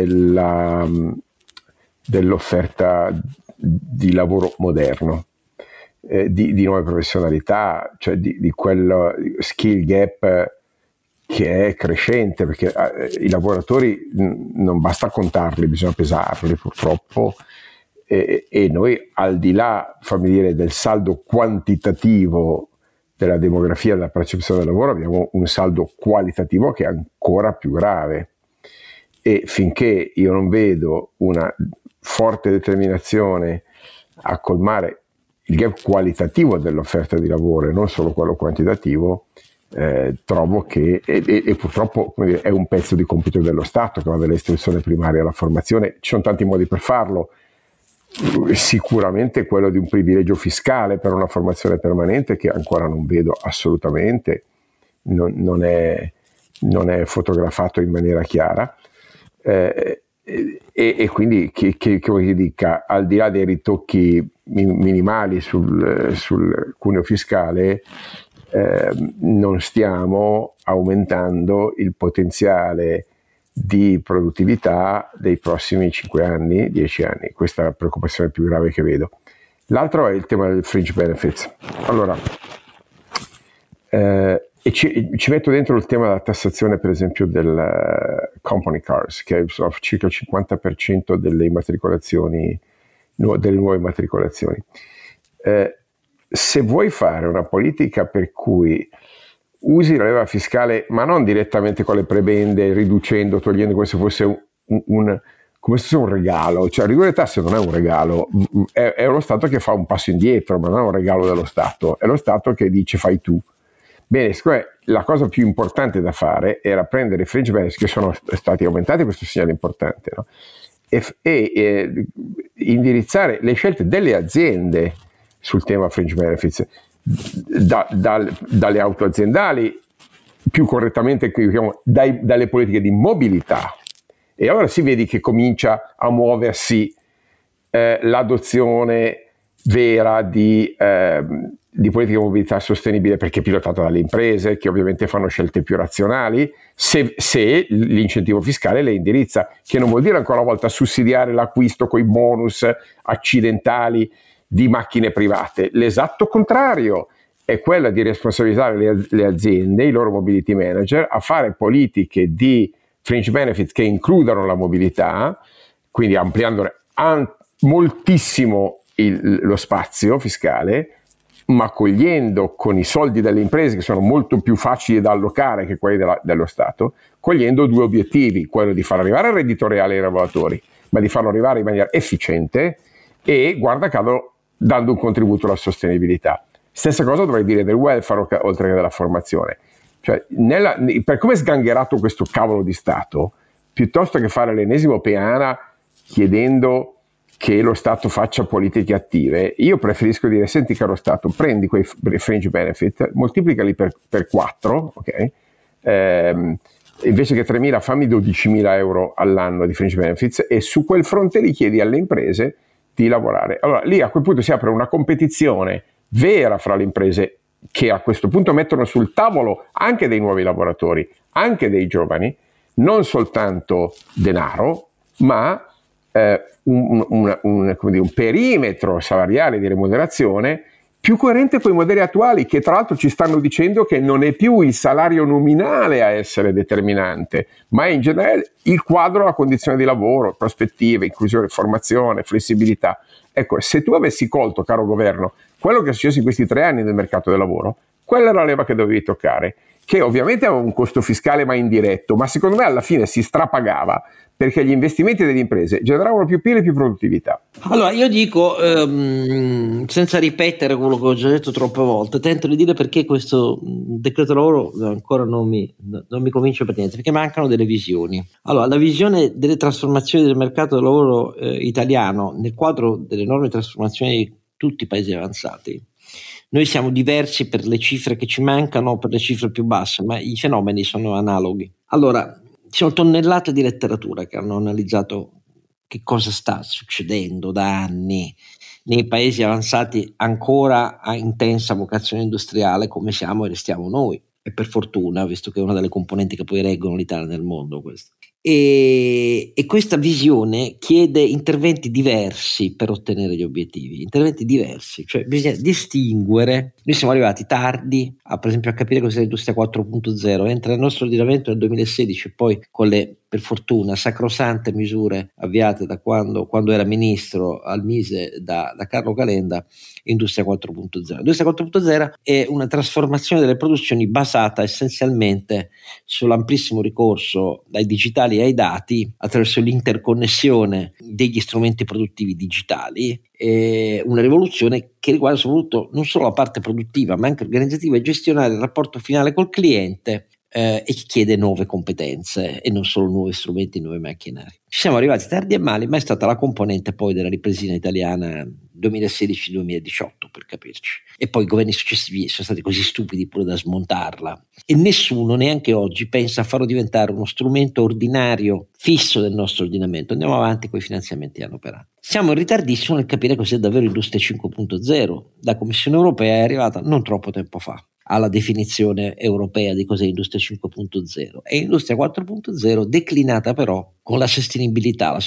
dell'offerta di lavoro moderno, di nuove professionalità, cioè di quel skill gap che è crescente, perché i lavoratori non basta contarli, bisogna pesarli purtroppo, e noi, al di là, fammi dire, del saldo quantitativo della demografia della percezione del lavoro, abbiamo un saldo qualitativo che è ancora più grave, e finché io non vedo una forte determinazione a colmare il gap qualitativo dell'offerta di lavoro e non solo quello quantitativo, trovo che e purtroppo, come dire, è un pezzo di compito dello Stato, che va dall'istruzione primaria alla formazione. Ci sono tanti modi per farlo, sicuramente quello di un privilegio fiscale per una formazione permanente, che ancora non vedo assolutamente, non è fotografato in maniera chiara, e quindi che dica, al di là dei ritocchi minimali sul cuneo fiscale, non stiamo aumentando il potenziale di produttività dei prossimi 5 anni, 10 anni. Questa è la preoccupazione più grave che vedo. L'altro è il tema del fringe benefits. Allora, e ci metto dentro il tema della tassazione, per esempio, del company cars, che è circa il 50% delle immatricolazioni, delle nuove immatricolazioni. Se vuoi fare una politica per cui usi la leva fiscale, ma non direttamente con le prebende, riducendo, togliendo, come se fosse un regalo, cioè ridurre le tasse non è un regalo, è lo Stato che fa un passo indietro, ma non è un regalo dello Stato, è lo Stato che dice fai tu. Bene, siccome la cosa più importante da fare era prendere i fringe benefits, che sono stati aumentati, questo è un segnale importante, no? e indirizzare le scelte delle aziende sul tema fringe benefits, dalle auto aziendali, più correttamente dalle politiche di mobilità, e allora si vede che comincia a muoversi l'adozione vera di politica di mobilità sostenibile, perché è pilotata dalle imprese, che ovviamente fanno scelte più razionali, se l'incentivo fiscale le indirizza, che non vuol dire ancora una volta sussidiare l'acquisto con i bonus accidentali di macchine private. L'esatto contrario è quella di responsabilizzare le aziende, i loro mobility manager, a fare politiche di fringe benefit che includano la mobilità, quindi ampliandone moltissimo lo spazio fiscale, ma cogliendo con i soldi delle imprese, che sono molto più facili da allocare che quelli dello Stato, cogliendo due obiettivi: quello di far arrivare il reddito reale ai lavoratori, ma di farlo arrivare in maniera efficiente e, guarda caso, dando un contributo alla sostenibilità. Stessa cosa dovrei dire del welfare, oltre che della formazione. Cioè, per come è sgangherato questo cavolo di Stato, piuttosto che fare l'ennesimo peana chiedendo che lo Stato faccia politiche attive, io preferisco dire: senti caro Stato, prendi quei fringe benefit, moltiplicali per 4, ok? Invece che 3.000 fammi 12.000 euro all'anno di fringe benefits, e su quel fronte li chiedi alle imprese di lavorare. Allora lì a quel punto si apre una competizione vera fra le imprese, che a questo punto mettono sul tavolo anche dei nuovi lavoratori, anche dei giovani, non soltanto denaro, ma un perimetro salariale di remunerazione più coerente con i modelli attuali, che tra l'altro ci stanno dicendo che non è più il salario nominale a essere determinante, ma è in generale il quadro, la condizione di lavoro, prospettive, inclusione, formazione, flessibilità. Ecco, se tu avessi colto, caro governo, quello che è successo in questi 3 anni nel mercato del lavoro, quella era la leva che dovevi toccare, che ovviamente aveva un costo fiscale ma indiretto, ma secondo me alla fine si strapagava, perché gli investimenti delle imprese generavano più PIL e più produttività. Allora io dico, senza ripetere quello che ho già detto troppe volte, tento di dire perché questo decreto lavoro ancora non mi convince per niente, perché mancano delle visioni. Allora, la visione delle trasformazioni del mercato del lavoro italiano nel quadro delle enormi trasformazioni di tutti i paesi avanzati. Noi siamo diversi per le cifre che ci mancano, per le cifre più basse, ma i fenomeni sono analoghi. Allora, ci sono tonnellate di letteratura che hanno analizzato che cosa sta succedendo da anni nei paesi avanzati ancora a intensa vocazione industriale come siamo e restiamo noi, e per fortuna, visto che è una delle componenti che poi reggono l'Italia nel mondo questo. E questa visione chiede interventi diversi per ottenere gli obiettivi, interventi diversi, cioè bisogna distinguere. Noi siamo arrivati tardi per esempio a capire cos'è l'industria 4.0, entra nel nostro ordinamento nel 2016, poi con le, per fortuna, sacrosante misure avviate da quando era ministro al Mise da Carlo Calenda, Industria 4.0. Industria 4.0 è una trasformazione delle produzioni basata essenzialmente sull'amplissimo ricorso ai digitali e ai dati attraverso l'interconnessione degli strumenti produttivi digitali. È una rivoluzione che riguarda soprattutto non solo la parte produttiva ma anche organizzativa, e gestionare il rapporto finale col cliente, e che chiede nuove competenze e non solo nuovi strumenti, nuovi macchinari. Ci siamo arrivati tardi e male, ma è stata la componente poi della ripresina italiana 2016-2018, per capirci. E poi i governi successivi sono stati così stupidi pure da smontarla, e nessuno, neanche oggi, pensa a farlo diventare uno strumento ordinario fisso del nostro ordinamento. Andiamo avanti con i finanziamenti anno per anno. Siamo in ritardissimo nel capire cos'è davvero Industria 5.0. La Commissione europea è arrivata non troppo tempo fa alla definizione europea di cos'è Industria 5.0, e Industria 4.0 declinata però con la sostenibilità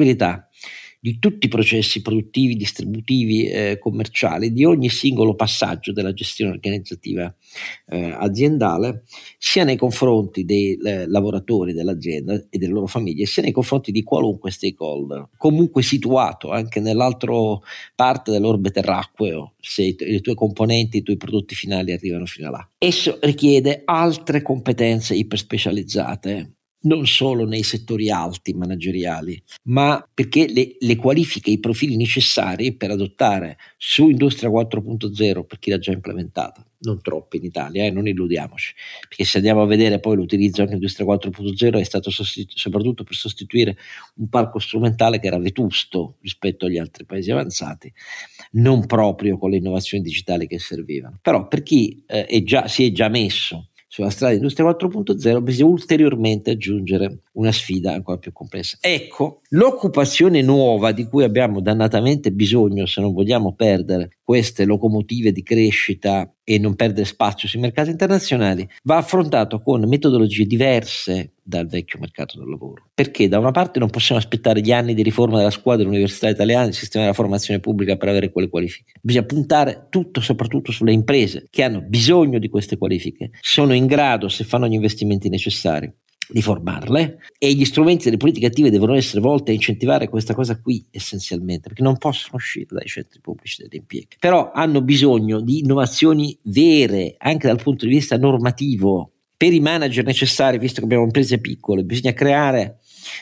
di tutti i processi produttivi, distributivi, commerciali, di ogni singolo passaggio della gestione organizzativa aziendale, sia nei confronti dei lavoratori dell'azienda e delle loro famiglie, sia nei confronti di qualunque stakeholder, comunque situato anche nell'altro parte dell'orbe terracqueo, se le tue componenti, i tuoi prodotti finali arrivano fino a là. Esso richiede altre competenze iperspecializzate, non solo nei settori alti manageriali, ma perché le qualifiche, i profili necessari per adottare su Industria 4.0, per chi l'ha già implementata, non troppo in Italia, non illudiamoci, perché se andiamo a vedere poi l'utilizzo anche di Industria 4.0 è stato soprattutto per sostituire un parco strumentale che era vetusto rispetto agli altri paesi avanzati, non proprio con le innovazioni digitali che servivano. Però per chi si è già messo sulla strada di Industria 4.0, bisogna ulteriormente aggiungere una sfida ancora più complessa. Ecco, l'occupazione nuova di cui abbiamo dannatamente bisogno se non vogliamo perdere queste locomotive di crescita e non perdere spazio sui mercati internazionali, va affrontato con metodologie diverse dal vecchio mercato del lavoro. Perché da una parte non possiamo aspettare gli anni di riforma della scuola dell'università italiana, del sistema della formazione pubblica per avere quelle qualifiche. Bisogna puntare tutto soprattutto sulle imprese che hanno bisogno di queste qualifiche, sono in grado, se fanno gli investimenti necessari, di formarle, e gli strumenti delle politiche attive devono essere volti a incentivare questa cosa qui essenzialmente, perché non possono uscire dai centri pubblici dell'impiego, però hanno bisogno di innovazioni vere anche dal punto di vista normativo. Per i manager necessari, visto che abbiamo imprese piccole, bisogna creare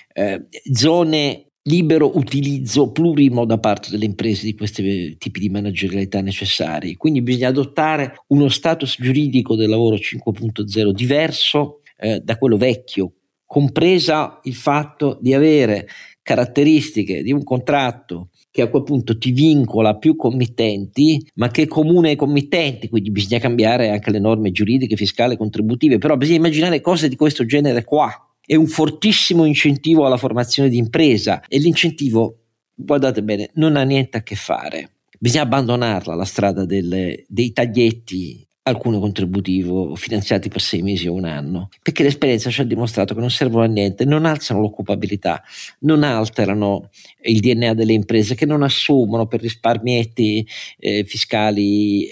zone libero utilizzo plurimo da parte delle imprese di questi tipi di managerialità necessari, quindi bisogna adottare uno status giuridico del lavoro 5.0 diverso da quello vecchio, compresa il fatto di avere caratteristiche di un contratto che a quel punto ti vincola più committenti, ma che è comune ai committenti, quindi bisogna cambiare anche le norme giuridiche, fiscali, contributive, però bisogna immaginare cose di questo genere qua. È un fortissimo incentivo alla formazione di impresa, e l'incentivo, guardate bene, non ha niente a che fare. Bisogna abbandonarla la strada dei taglietti al cuneo contributivo finanziati per 6 mesi o un anno, perché l'esperienza ci ha dimostrato che non servono a niente, non alzano l'occupabilità, non alterano il DNA delle imprese, che non assumono per risparmietti fiscali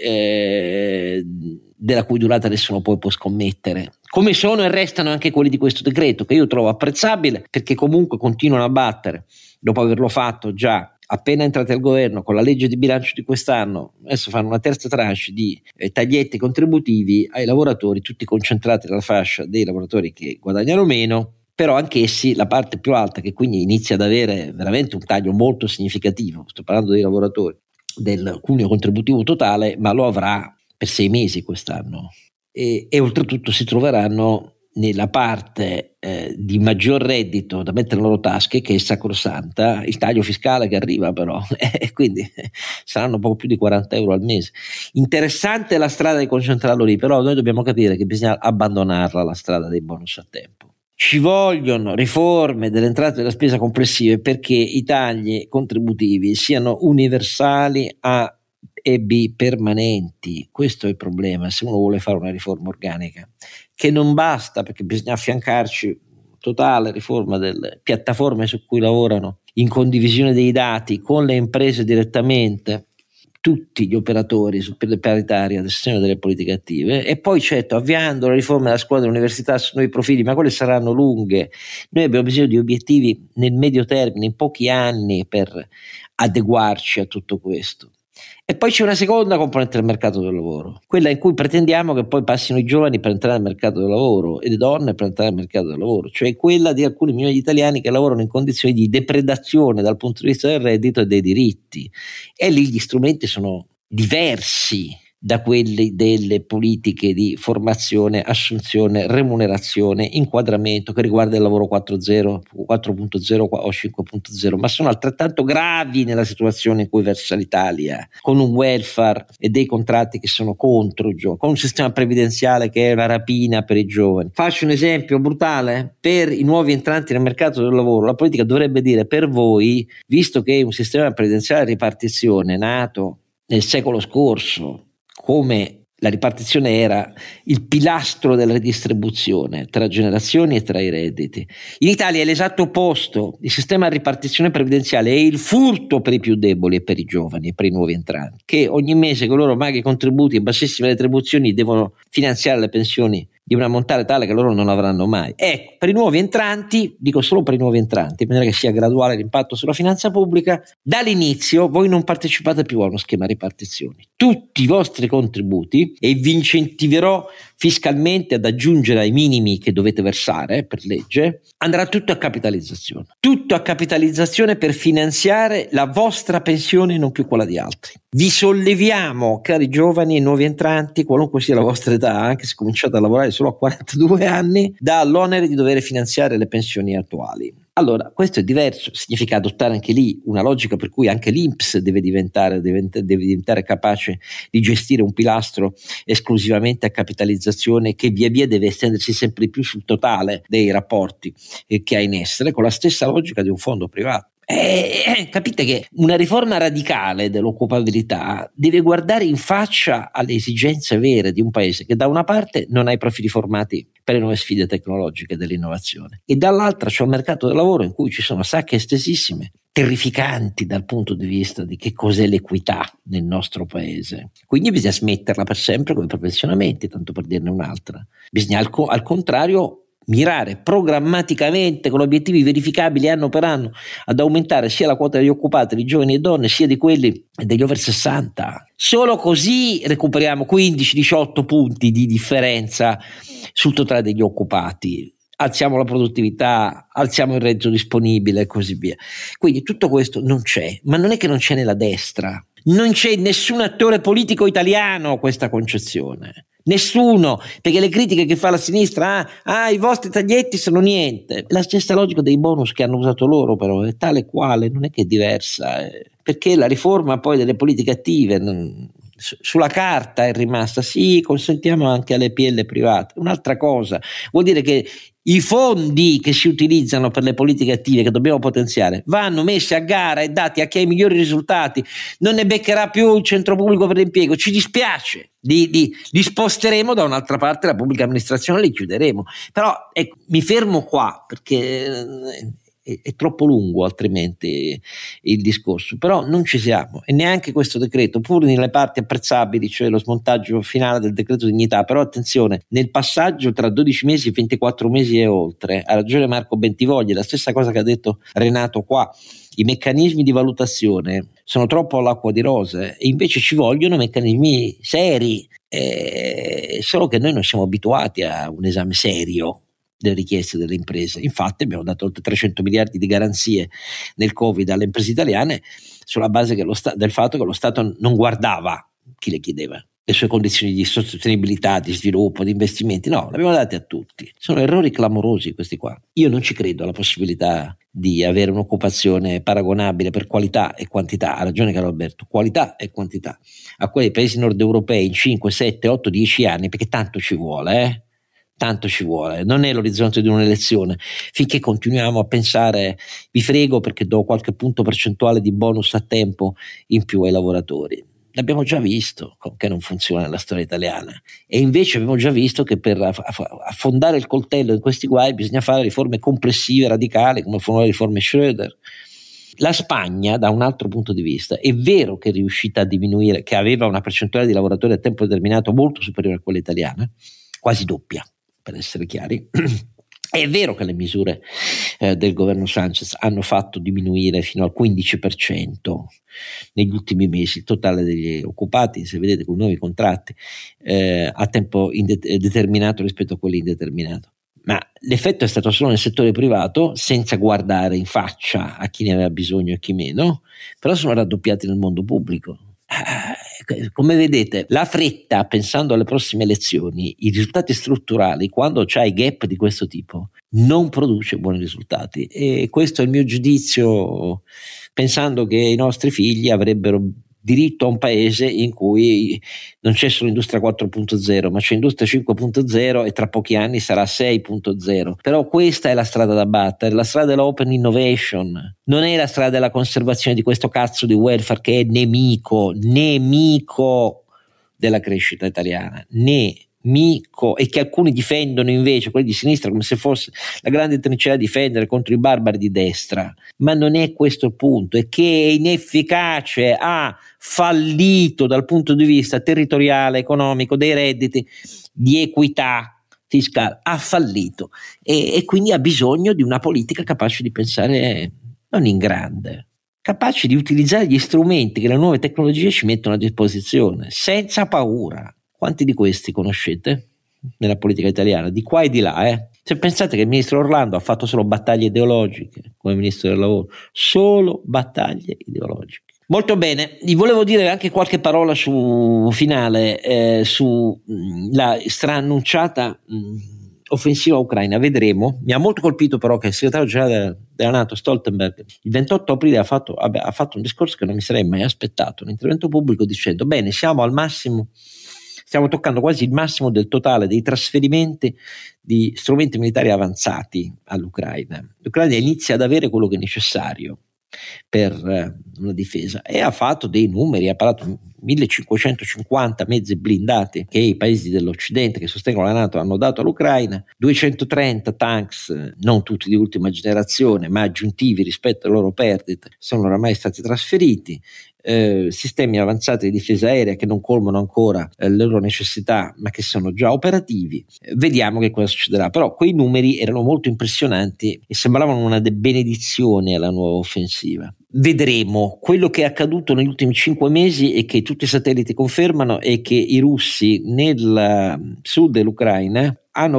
della cui durata nessuno poi può scommettere, come sono e restano anche quelli di questo decreto, che io trovo apprezzabile perché comunque continuano a battere, dopo averlo fatto già appena entrati al governo con la legge di bilancio di quest'anno. Adesso fanno una terza tranche di taglietti contributivi ai lavoratori, tutti concentrati nella fascia dei lavoratori che guadagnano meno, però anch'essi la parte più alta, che quindi inizia ad avere veramente un taglio molto significativo, sto parlando dei lavoratori del cuneo contributivo totale, ma lo avrà per 6 mesi quest'anno, e oltretutto si troveranno nella parte di maggior reddito da mettere nelle loro tasche, che è sacrosanta, il taglio fiscale che arriva però, e quindi saranno poco più di 40 euro al mese. Interessante la strada di concentrarlo lì, però noi dobbiamo capire che bisogna abbandonarla la strada dei bonus a tempo. Ci vogliono riforme delle entrate e della spesa complessive perché i tagli contributivi siano universali A e B permanenti. Questo è il problema se uno vuole fare una riforma organica, che non basta, perché bisogna affiancarci totale riforma delle piattaforme su cui lavorano in condivisione dei dati con le imprese direttamente, tutti gli operatori per paritaria del sistema delle politiche attive, e poi certo avviando la riforma della scuola dell'università su nuovi profili, ma quelle saranno lunghe. Noi abbiamo bisogno di obiettivi nel medio termine, in pochi anni, per adeguarci a tutto questo. E poi c'è una seconda componente del mercato del lavoro, quella in cui pretendiamo che poi passino i giovani per entrare nel mercato del lavoro e le donne per entrare nel mercato del lavoro, cioè quella di alcuni milioni di italiani che lavorano in condizioni di depredazione dal punto di vista del reddito e dei diritti, e lì gli strumenti sono diversi da quelli delle politiche di formazione, assunzione, remunerazione, inquadramento che riguarda il lavoro 4.0 o 5.0, ma sono altrettanto gravi nella situazione in cui versa l'Italia, con un welfare e dei contratti che sono contro i giovani, con un sistema previdenziale che è una rapina per i giovani. Faccio un esempio brutale: per i nuovi entranti nel mercato del lavoro la politica dovrebbe dire: per voi, visto che è un sistema previdenziale a ripartizione nato nel secolo scorso, come la ripartizione era il pilastro della redistribuzione tra generazioni e tra i redditi, in Italia è l'esatto opposto. Il sistema a ripartizione previdenziale è il furto per i più deboli e per i giovani e per i nuovi entranti, che ogni mese con i loro magri contributi e bassissime retribuzioni devono finanziare le pensioni di una montare tale che loro non avranno mai. Ecco, per i nuovi entranti, dico solo per i nuovi entranti, in maniera che sia graduale l'impatto sulla finanza pubblica, dall'inizio voi non partecipate più a uno schema ripartizioni. Tutti i vostri contributi, e vi incentiverò fiscalmente ad aggiungere ai minimi che dovete versare per legge, andrà tutto a capitalizzazione. Tutto a capitalizzazione per finanziare la vostra pensione e non più quella di altri. Vi solleviamo, cari giovani e nuovi entranti, qualunque sia la vostra età, anche se cominciate a lavorare solo a 42 anni, dall'onere di dover finanziare le pensioni attuali. Allora, questo è diverso, significa adottare anche lì una logica per cui anche l'INPS deve diventare capace di gestire un pilastro esclusivamente a capitalizzazione che via via deve estendersi sempre di più sul totale dei rapporti che ha in essere, con la stessa logica di un fondo privato. Capite che una riforma radicale dell'occupabilità deve guardare in faccia alle esigenze vere di un paese che da una parte non ha i profili formati per le nuove sfide tecnologiche dell'innovazione e dall'altra c'è un mercato del lavoro in cui ci sono sacche estesissime, terrificanti dal punto di vista di che cos'è l'equità nel nostro paese. Quindi bisogna smetterla per sempre con i prepensionamenti, tanto per dirne un'altra. Bisogna al contrario mirare programmaticamente con obiettivi verificabili anno per anno ad aumentare sia la quota degli occupati di giovani e donne sia di quelli degli over 60. Solo così recuperiamo 15-18 punti di differenza sul totale degli occupati, alziamo la produttività, alziamo il reddito disponibile e così via. Quindi tutto questo non c'è, ma non è che non c'è nella destra, non c'è in nessun attore politico italiano questa concezione. Nessuno, perché le critiche che fa la sinistra, i vostri taglietti sono niente. La stessa logica dei bonus che hanno usato loro però è tale quale, non è che è diversa, perché la riforma poi delle politiche attive sulla carta è rimasta, sì, consentiamo anche alle PL private, un'altra cosa, vuol dire che i fondi che si utilizzano per le politiche attive che dobbiamo potenziare vanno messi a gara e dati a chi ha i migliori risultati, non ne beccherà più il centro pubblico per l'impiego, ci dispiace, li sposteremo da un'altra parte la pubblica amministrazione, li chiuderemo, però ecco, mi fermo qua perché è troppo lungo altrimenti il discorso, però non ci siamo e neanche questo decreto, pur nelle parti apprezzabili, cioè lo smontaggio finale del decreto dignità, però attenzione, nel passaggio tra 12 mesi, 24 mesi e oltre, ha ragione Marco Bentivogli, la stessa cosa che ha detto Renato qua, i meccanismi di valutazione sono troppo all'acqua di rose e invece ci vogliono meccanismi seri, solo che noi non siamo abituati a un esame serio delle richieste delle imprese. Infatti abbiamo dato oltre 300 miliardi di garanzie nel Covid alle imprese italiane sulla base del fatto che lo Stato non guardava chi le chiedeva, le sue condizioni di sostenibilità, di sviluppo, di investimenti, no, l'abbiamo date a tutti. Sono errori clamorosi questi qua. Io non ci credo alla possibilità di avere un'occupazione paragonabile per qualità e quantità, ha ragione Carlo Alberto, qualità e quantità, a quei paesi nord europei in 5, 7, 8, 10 anni, perché tanto ci vuole, tanto ci vuole, non è l'orizzonte di un'elezione, finché continuiamo a pensare vi frego perché do qualche punto percentuale di bonus a tempo in più ai lavoratori. L'abbiamo già visto che non funziona nella storia italiana e invece abbiamo già visto che per affondare il coltello in questi guai bisogna fare riforme complessive, radicali, come furono le riforme Schröder. La Spagna, da un altro punto di vista, è vero che è riuscita a diminuire, che aveva una percentuale di lavoratori a tempo determinato molto superiore a quella italiana, quasi doppia, per essere chiari. È vero che le misure del governo Sanchez hanno fatto diminuire fino al 15% negli ultimi mesi il totale degli occupati, se vedete con nuovi contratti a tempo determinato rispetto a quelli indeterminato. Ma l'effetto è stato solo nel settore privato, senza guardare in faccia a chi ne aveva bisogno e chi meno, però sono raddoppiati nel mondo pubblico. Come vedete, la fretta, pensando alle prossime elezioni, i risultati strutturali, quando c'hai gap di questo tipo, non produce buoni risultati. E questo è il mio giudizio, pensando che i nostri figli avrebbero diritto a un paese in cui non c'è solo industria 4.0, ma c'è industria 5.0 e tra pochi anni sarà 6.0. Però questa è la strada da battere, la strada dell'open innovation, non è la strada della conservazione di questo cazzo di welfare che è nemico della crescita italiana, nemico, e che alcuni difendono invece, quelli di sinistra, come se fosse la grande trincea da difendere contro i barbari di destra. Ma non è questo il punto, è che è inefficace, ha fallito dal punto di vista territoriale, economico, dei redditi, di equità fiscale, ha fallito e quindi ha bisogno di una politica capace di pensare non in grande, capace di utilizzare gli strumenti che le nuove tecnologie ci mettono a disposizione senza paura. Quanti di questi conoscete nella politica italiana, di qua e di là? Se pensate che il ministro Orlando ha fatto solo battaglie ideologiche come ministro del lavoro, solo battaglie ideologiche. Molto bene, vi volevo dire anche qualche parola su finale su la straannunciata offensiva ucraina, vedremo. Mi ha molto colpito però che il segretario generale della NATO Stoltenberg il 28 aprile ha fatto un discorso che non mi sarei mai aspettato, un intervento pubblico dicendo: bene, siamo al massimo, stiamo toccando quasi il massimo del totale dei trasferimenti di strumenti militari avanzati all'Ucraina. L'Ucraina inizia ad avere quello che è necessario per una difesa, e ha fatto dei numeri, ha parlato 1550 mezzi blindati che i paesi dell'Occidente che sostengono la NATO hanno dato all'Ucraina, 230 tanks, non tutti di ultima generazione ma aggiuntivi rispetto alle loro perdite, sono oramai stati trasferiti. Sistemi avanzati di difesa aerea che non colmano ancora le loro necessità ma che sono già operativi. Vediamo che cosa succederà, però quei numeri erano molto impressionanti e sembravano una benedizione alla nuova offensiva. Vedremo. Quello che è accaduto negli ultimi 5 mesi e che tutti i satelliti confermano è che i russi nel sud dell'Ucraina hanno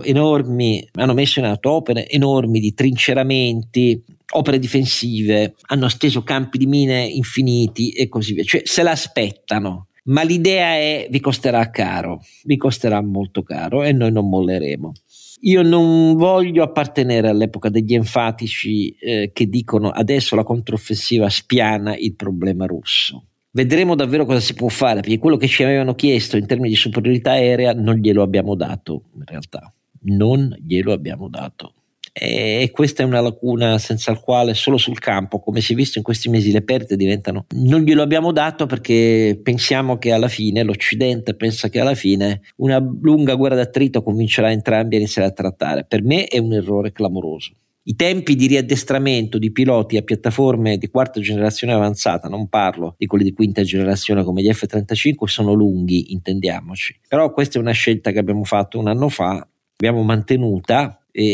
messo in atto opere enormi di trinceramenti, opere difensive, hanno steso campi di mine infiniti e così via, cioè se l'aspettano, ma l'idea è: vi costerà caro, vi costerà molto caro e noi non molleremo. Io non voglio appartenere all'epoca degli enfatici che dicono adesso la controffensiva spiana il problema russo. Vedremo davvero cosa si può fare, perché quello che ci avevano chiesto in termini di superiorità aerea non glielo abbiamo dato, in realtà non glielo abbiamo dato. E questa è una lacuna senza il quale solo sul campo, come si è visto in questi mesi, le perdite diventano: non glielo abbiamo dato perché pensiamo che alla fine, l'Occidente pensa che alla fine una lunga guerra d'attrito convincerà entrambi a iniziare a trattare. Per me è un errore clamoroso. I tempi di riaddestramento di piloti a piattaforme di quarta generazione avanzata, non parlo di quelli di quinta generazione come gli F-35, sono lunghi, intendiamoci, però questa è una scelta che abbiamo fatto un anno fa, abbiamo mantenuta.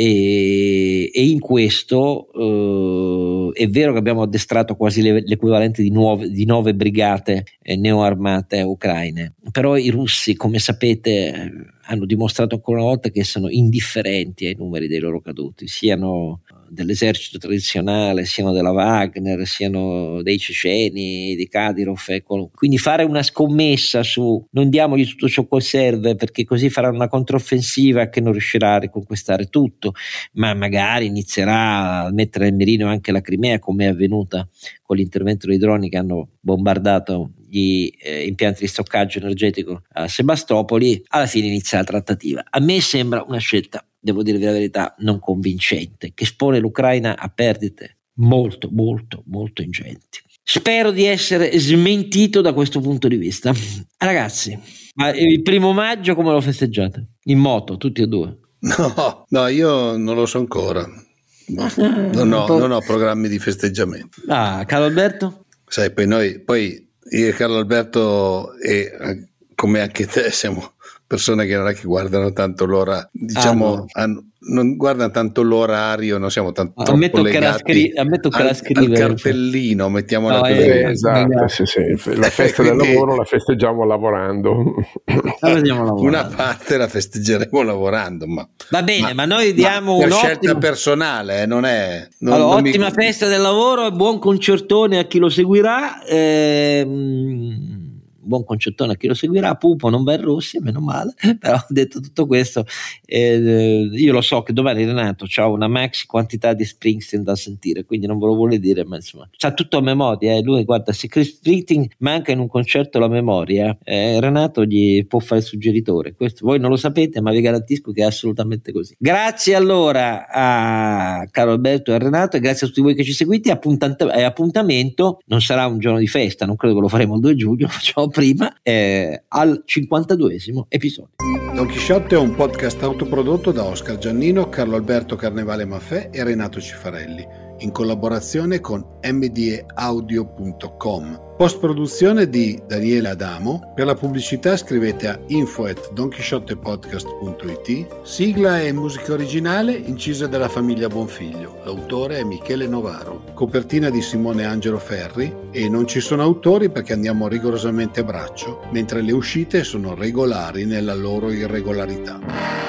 E in questo è vero che abbiamo addestrato quasi l'equivalente di 9 brigate neoarmate ucraine, però i russi, come sapete, hanno dimostrato ancora una volta che sono indifferenti ai numeri dei loro caduti, siano dell'esercito tradizionale, siano della Wagner, siano dei ceceni, di Kadyrov. Quindi fare una scommessa su non diamogli tutto ciò che serve perché così faranno una controffensiva che non riuscirà a riconquistare tutto, ma magari inizierà a mettere nel mirino anche la Crimea, come è avvenuta con l'intervento dei droni che hanno bombardato gli impianti di stoccaggio energetico a Sebastopoli. Alla fine inizia la trattativa. A me sembra una scelta, devo dirvi la verità, non convincente, che espone l'Ucraina a perdite molto molto molto ingenti. Spero di essere smentito da questo punto di vista. Ragazzi, ma il 1 maggio come lo festeggiate? In moto, tutti e due? No, io non lo so ancora. Non ho programmi di festeggiamento. Carlo Alberto? Sai, poi io e Carlo Alberto, e come anche te, siamo persone che non è che guardano tanto l'ora, diciamo, non guardano tanto l'orario, non siamo tanto legati al cartellino, mettiamola così. Esatto, sì. La festa del lavoro la festeggiamo lavorando. Una parte la festeggeremo lavorando, ma va bene, ma noi diamo una scelta personale, non è ottima festa del lavoro e buon concertone a chi lo seguirà. Buon concettone a chi lo seguirà. Pupo non va in Russia, meno male. Però detto tutto questo, io lo so che domani Renato c'ha una maxi quantità di Springsteen da sentire, quindi non ve lo vuole dire, ma insomma c'ha tutto a memoria. Lui guarda, se Springsteen manca in un concerto la memoria, Renato gli può fare il suggeritore. Questo voi non lo sapete, ma vi garantisco che è assolutamente così. Grazie allora a Carlo Alberto e a Renato, e grazie a tutti voi che ci seguite. Appuntamento, non sarà un giorno di festa, non credo che lo faremo il 2 giugno, facciamo prima, al 52esimo episodio. Don Chisciotte è un podcast autoprodotto da Oscar Giannino, Carlo Alberto Carnevale Maffè e Renato Cifarelli, in collaborazione con mdeaudio.com. Post produzione di Daniele Adamo. Per la pubblicità scrivete a info@donchisciottepodcast.it. Sigla e musica originale incise dalla famiglia Bonfiglio. L'autore è Michele Novaro. Copertina di Simone Angelo Ferri, e non ci sono autori perché andiamo rigorosamente a braccio, mentre le uscite sono regolari nella loro irregolarità.